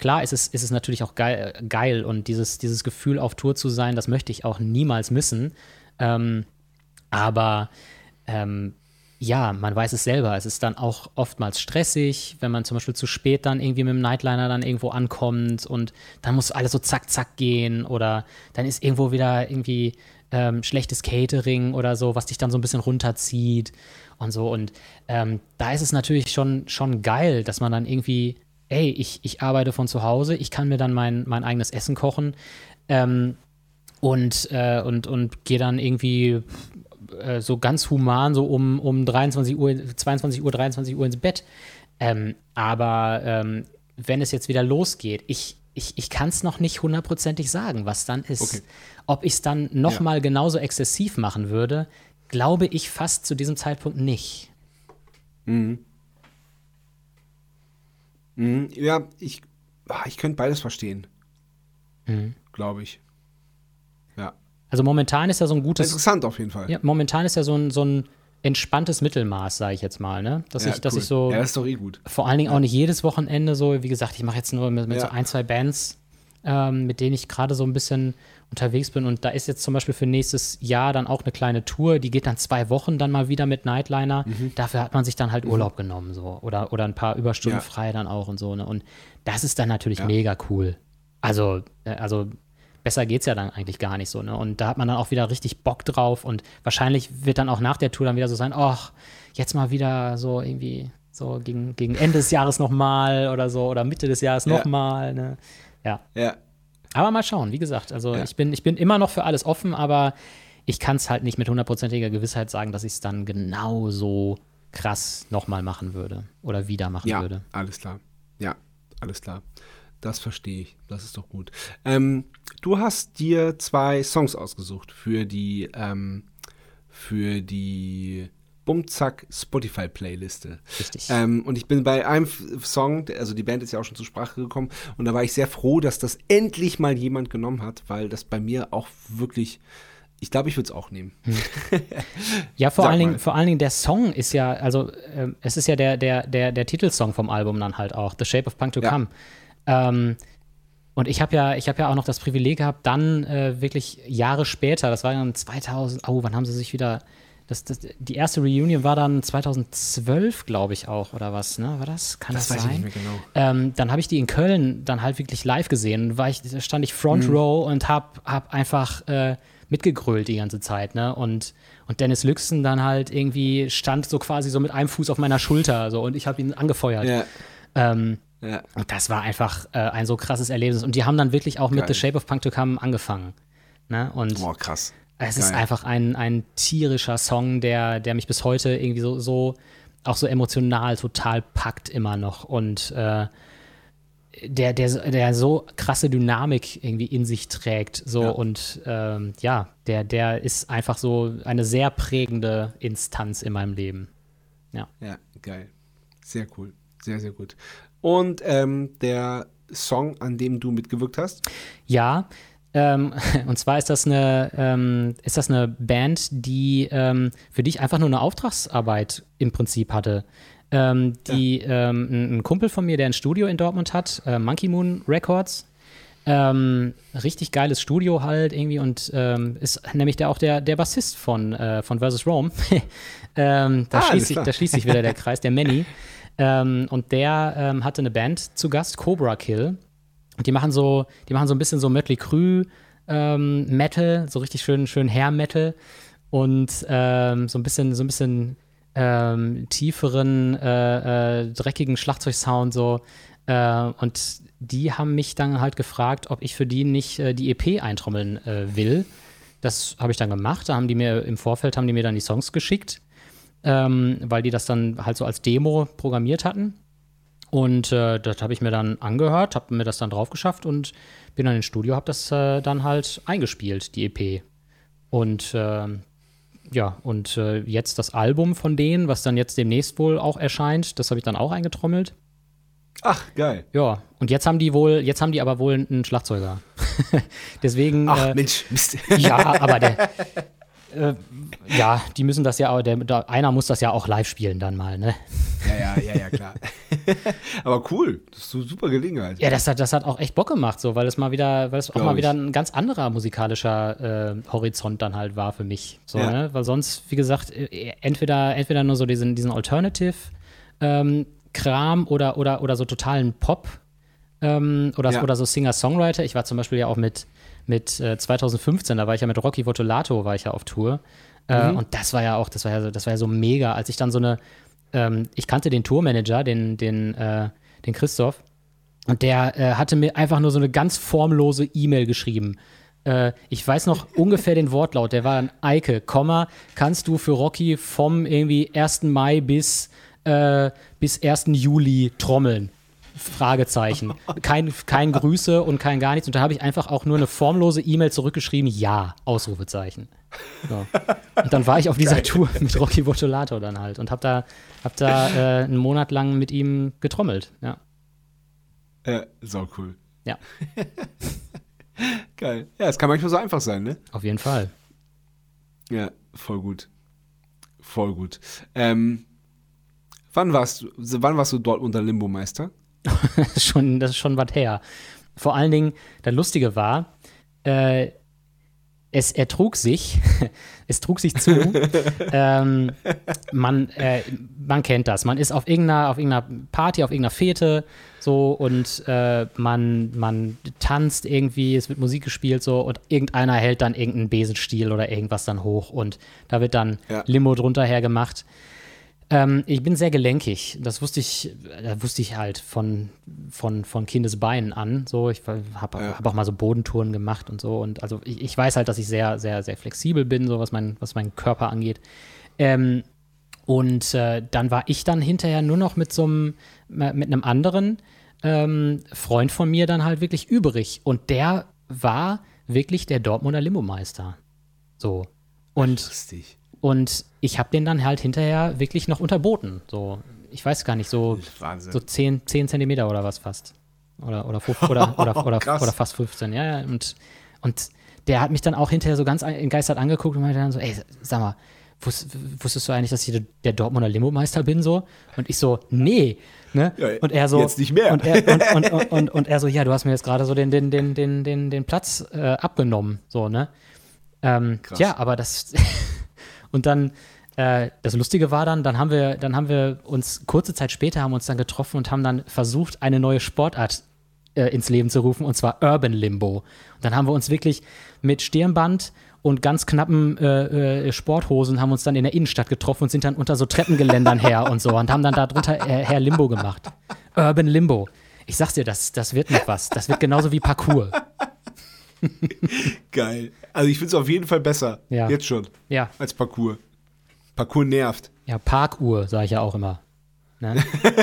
klar ist es, ist es natürlich auch geil, geil und dieses, dieses Gefühl, auf Tour zu sein, das möchte ich auch niemals missen. Ähm, aber ähm, ja, man weiß es selber. Es ist dann auch oftmals stressig, wenn man zum Beispiel zu spät dann irgendwie mit dem Nightliner dann irgendwo ankommt und dann muss alles so zack, zack gehen oder dann ist irgendwo wieder irgendwie ähm, schlechtes Catering oder so, was dich dann so ein bisschen runterzieht und so. Und ähm, da ist es natürlich schon, schon geil, dass man dann irgendwie, ey, ich, ich arbeite von zu Hause, ich kann mir dann mein, mein eigenes Essen kochen ähm, und, äh, und, und gehe dann irgendwie so ganz human, so um, um dreiundzwanzig Uhr, zweiundzwanzig Uhr, dreiundzwanzig Uhr ins Bett. Ähm, aber ähm, wenn es jetzt wieder losgeht, ich, ich, ich kann es noch nicht hundertprozentig sagen, was dann ist. Okay. Ob ich es dann noch ja. mal genauso exzessiv machen würde, glaube ich fast zu diesem Zeitpunkt nicht. Mhm. Mhm. Ja, ich, ich könnte beides verstehen. Mhm. Glaube ich. Ja. Also momentan ist ja so ein gutes... Interessant auf jeden Fall. Ja, momentan ist ja so ein, so ein entspanntes Mittelmaß, sage ich jetzt mal, ne? Dass, ja, ich, dass cool. ich so... Ja, das ist doch eh gut. Vor allen Dingen ja. auch nicht jedes Wochenende so, wie gesagt, ich mache jetzt nur mit, mit ja. so ein, zwei Bands, ähm, mit denen ich gerade so ein bisschen unterwegs bin und da ist jetzt zum Beispiel für nächstes Jahr dann auch eine kleine Tour, die geht dann zwei Wochen dann mal wieder mit Nightliner. Mhm. Dafür hat man sich dann halt Urlaub mhm. genommen so oder, oder ein paar Überstunden ja. frei dann auch und so, ne? Und das ist dann natürlich ja. mega cool. Also, äh, also besser geht's ja dann eigentlich gar nicht so, ne? Und da hat man dann auch wieder richtig Bock drauf und wahrscheinlich wird dann auch nach der Tour dann wieder so sein, ach, jetzt mal wieder so irgendwie so gegen, gegen Ende des Jahres nochmal oder so oder Mitte des Jahres ja. nochmal, ne? Ja. Ja. Aber mal schauen, wie gesagt, also ja. ich bin, ich bin immer noch für alles offen, aber ich kann es halt nicht mit hundertprozentiger Gewissheit sagen, dass ich es dann genauso krass nochmal machen würde oder wieder machen ja, würde. Ja, alles klar. Ja, alles klar. Das verstehe ich. Das ist doch gut. Ähm, du hast dir zwei Songs ausgesucht für die, ähm, für die Bumzack Spotify-Playliste. Richtig. Ähm, und ich bin bei einem Song, also die Band ist ja auch schon zur Sprache gekommen, und da war ich sehr froh, dass das endlich mal jemand genommen hat, weil das bei mir auch wirklich, ich glaube, ich würde es auch nehmen. Hm. Ja, vor allen, Dingen, vor allen Dingen der Song ist ja, also äh, es ist ja der, der, der, der Titelsong vom Album dann halt auch, The Shape of Punk to ja. Come. Ähm, und ich habe ja, ich habe ja auch noch das Privileg gehabt, dann äh, wirklich Jahre später, das war dann zweitausend, oh, wann haben sie sich wieder, das, das, die erste Reunion war dann zweitausendzwölf, glaube ich auch, oder was, ne? War das? Kann das, das sein? Ich weiß nicht mehr genau. Ähm, dann habe ich die in Köln dann halt wirklich live gesehen. War ich, da stand ich Front mhm. Row und habe hab einfach äh, mitgegrölt die ganze Zeit, ne? Und, und Dennis Lyxen dann halt irgendwie stand so quasi so mit einem Fuß auf meiner Schulter so und ich habe ihn angefeuert. Ja. Ähm, Ja. Und das war einfach äh, ein so krasses Erlebnis. Und die haben dann wirklich auch Geil. mit The Shape of Punk to Come angefangen. Ne? Und Boah, krass. Es Geil. ist einfach ein, ein tierischer Song, der, der mich bis heute irgendwie so, so auch so emotional total packt immer noch. Und äh, der, der, der so krasse Dynamik irgendwie in sich trägt. So. Ja. Und ähm, ja, der, der ist einfach so eine sehr prägende Instanz in meinem Leben. Ja, ja, geil. Sehr cool. Sehr, sehr gut. Und ähm, der Song, an dem du mitgewirkt hast? Ja, ähm, und zwar ist das eine, ähm, ist das eine Band, die ähm, für die ich einfach nur eine Auftragsarbeit im Prinzip hatte. Ähm, die ja. ähm, ein, ein Kumpel von mir, der ein Studio in Dortmund hat, äh, Monkey Moon Records. Ähm, richtig geiles Studio halt irgendwie und ähm, ist nämlich der auch der, der Bassist von, äh, von Versus Rome. ähm, da, ah, schließt sich, da schließt sich wieder der Kreis, der Manny. Ähm, und der ähm, hatte eine Band zu Gast, Cobra Kill. Und die machen so, die machen so ein bisschen so Mötley Crüe ähm, Metal, so richtig schön, schön Hair-Metal und ähm, so ein bisschen, so ein bisschen ähm, tieferen, äh, äh, dreckigen Schlagzeugsound so. Äh, und die haben mich dann halt gefragt, ob ich für die nicht äh, die E P eintrommeln äh, will. Das habe ich dann gemacht. Da haben die mir im Vorfeld haben die mir dann die Songs geschickt. Ähm, weil die das dann halt so als Demo programmiert hatten. Und äh, das habe ich mir dann angehört, habe mir das dann drauf geschafft und bin dann ins Studio, habe das äh, dann halt eingespielt, die E P. Und äh, ja, und äh, jetzt das Album von denen, was dann jetzt demnächst wohl auch erscheint, das habe ich dann auch eingetrommelt. Ach, geil. Ja, und jetzt haben die wohl, jetzt haben die aber wohl einen Schlagzeuger. Deswegen. Ach, äh, Mensch, Mist. Ja, aber der. Äh, ja, die müssen das ja, der, der, einer muss das ja auch live spielen dann mal, ne? Ja, ja, ja, ja, klar. Aber cool, das ist eine super Gelegenheit. Ja, das hat, das hat auch echt Bock gemacht, so, weil es mal wieder, weil es auch Glaub mal ich. wieder ein ganz anderer musikalischer äh, Horizont dann halt war für mich. So, Ja. ne? Weil sonst, wie gesagt, äh, entweder, entweder nur so diesen, diesen Alternative-Kram oder, oder, oder so totalen Pop ähm, oder, Ja. oder so Singer-Songwriter. Ich war zum Beispiel ja auch mit, mit äh, zwanzig fünfzehn, da war ich ja mit Rocky Votolato, war ich ja auf Tour. Äh, Mhm. und das war ja auch, das war ja so, das war ja so mega, als ich dann so eine, ähm, ich kannte den Tourmanager, den, den, äh, den Christoph, und der äh, hatte mir einfach nur so eine ganz formlose E-Mail geschrieben. Äh, ich weiß noch ungefähr den Wortlaut, der war dann Eike, Komma, kannst du für Rocky vom irgendwie ersten Mai bis, äh, bis ersten Juli trommeln? Fragezeichen. Kein, kein Grüße und kein gar nichts. Und da habe ich einfach auch nur eine formlose E-Mail zurückgeschrieben, ja, Ausrufezeichen. So. Und dann war ich auf dieser Geil. Tour mit Rocky Votolato dann halt und habe da, hab da äh, einen Monat lang mit ihm getrommelt. Ja. Ja, sau cool. Ja. Geil. Ja, es kann manchmal so einfach sein, ne? Auf jeden Fall. Ja, voll gut. Voll gut. Ähm, wann warst du, wann warst du Dortmunder Limbo-Meister? Das ist schon, das ist schon was her. Vor allen Dingen, das Lustige war, äh, es ertrug sich, es trug sich zu, ähm, man, äh, man kennt das, man ist auf irgendeiner, auf irgendeiner Party, auf irgendeiner Fete so und äh, man, man tanzt irgendwie, es wird Musik gespielt so und irgendeiner hält dann irgendeinen Besenstiel oder irgendwas dann hoch und da wird dann Ja. Limo drunter hergemacht. Ähm, ich bin sehr gelenkig. Das wusste ich, äh, wusste ich halt von, von, von Kindesbeinen an. So, ich habe Ja. hab auch mal so Bodentouren gemacht und so. Und also ich, ich weiß halt, dass ich sehr, sehr, sehr flexibel bin, so was mein, was meinen Körper angeht. Ähm, und äh, dann war ich dann hinterher nur noch mit so einem, äh, mit einem anderen ähm, Freund von mir dann halt wirklich übrig. Und der war wirklich der Dortmunder Limo-Meister. So. Und Lustig. Und ich habe den dann halt hinterher wirklich noch unterboten. So, ich weiß gar nicht, so, Wahnsinn. so zehn, zehn Zentimeter oder was fast. Oder, oder, fünf, oder, oder, oder, Krass. oder fast fünfzehn, ja, ja. Und, und der hat mich dann auch hinterher so ganz entgeistert angeguckt und meinte dann so, ey, sag mal, wus, wusstest du eigentlich, dass ich der, der Dortmunder Limo-Meister bin? So? Und ich so, nee. Ne? Ja, und er so, jetzt nicht mehr. Und er, und, und, und, und, und er so, ja, du hast mir jetzt gerade so den, den, den, den, den, den Platz äh, abgenommen. So, ne? Ähm, Krass. ja, aber das und dann, äh, das Lustige war dann, dann haben wir, dann haben wir uns, kurze Zeit später haben wir uns dann getroffen und haben dann versucht, eine neue Sportart äh, ins Leben zu rufen, und zwar Urban Limbo. Und dann haben wir uns wirklich mit Stirnband und ganz knappen äh, äh, Sporthosen haben uns dann in der Innenstadt getroffen und sind dann unter so Treppengeländern her und so und haben dann da drunter äh, her Limbo gemacht. Urban Limbo. Ich sag's dir, das, das wird noch was. Das wird genauso wie Parkour. Geil. Also ich finde es auf jeden Fall besser. Ja. Jetzt schon. Ja, Als Parkour. Parkour nervt. ja, Parkuhr, sage ich ja auch immer. Ne?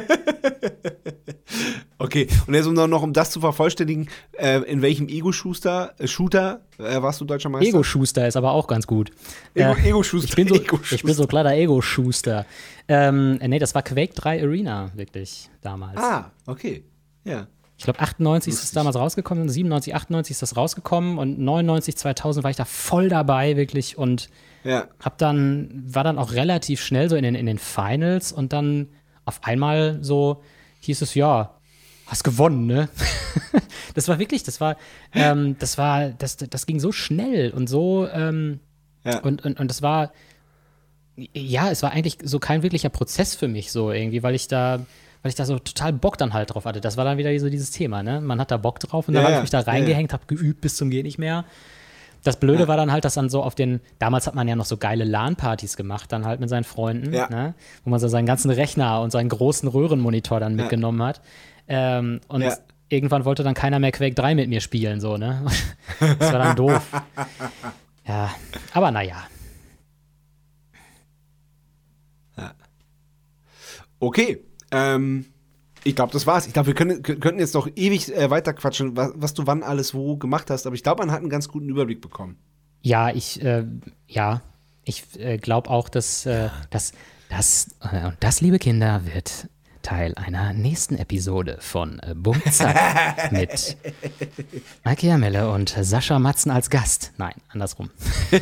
Okay, und jetzt um noch, noch um das zu vervollständigen, äh, in welchem Ego-Shooter äh, Shooter, äh, warst du deutscher Meister? Ego-Schuster ist aber auch ganz gut. Ego, Äh, Ego-Schuster. Ich bin so, Ego-Schuster. ich bin so kleiner Ego-Schuster. Ähm, nee, das war Quake drei Arena, wirklich, damals. Ah, okay. Ja. Ich glaube, achtundneunzig ist es damals rausgekommen, siebenundneunzig, achtundneunzig ist das rausgekommen und neunundneunzig, zweitausend war ich da voll dabei, wirklich, und Ja. hab dann, war dann auch relativ schnell so in den, in den Finals und dann auf einmal so hieß es, ja, hast gewonnen, ne? Das war wirklich, das war, ähm, das war, das, das ging so schnell und so, ähm, Ja. und, und, und das war, ja, es war eigentlich so kein wirklicher Prozess für mich so irgendwie, weil ich da, weil ich da so total Bock dann halt drauf hatte. Das war dann wieder so dieses Thema, ne? Man hat da Bock drauf und dann Ja, habe ich ja. mich da Ja, ja. reingehängt, habe geübt bis zum Geh nicht mehr. Das Blöde Ja. war dann halt, dass dann so auf den, damals hat man ja noch so geile LAN-Partys gemacht, dann halt mit seinen Freunden, Ja. ne? Wo man so seinen ganzen Rechner und seinen großen Röhrenmonitor dann Ja. mitgenommen hat. Ähm, und Ja. irgendwann wollte dann keiner mehr Quake drei mit mir spielen, so, ne? Das war dann doof. Ja, aber naja. Okay. Ähm, ich glaube, das war's. Ich glaube, wir können, könnten jetzt noch ewig äh, weiter quatschen, was, was du wann alles wo gemacht hast, aber ich glaube, man hat einen ganz guten Überblick bekommen. Ja, ich, äh, ja, ich äh, glaube auch, dass äh, das, das, äh, und das, liebe Kinder, wird Teil einer nächsten Episode von äh, Bumzack mit Maike Jamelle und Sascha Matzen als Gast. Nein, andersrum.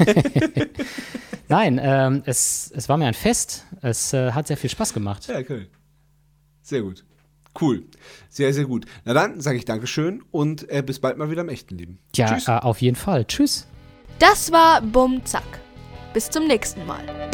Nein, ähm, es, es war mir ein Fest. Es äh, hat sehr viel Spaß gemacht. Ja, cool. Sehr gut. Cool. Sehr, sehr gut. Na dann sage ich Dankeschön und äh, bis bald mal wieder im echten Leben. Ja, Tschüss. äh, auf jeden Fall. Tschüss. Das war Bumm Zack. Bis zum nächsten Mal.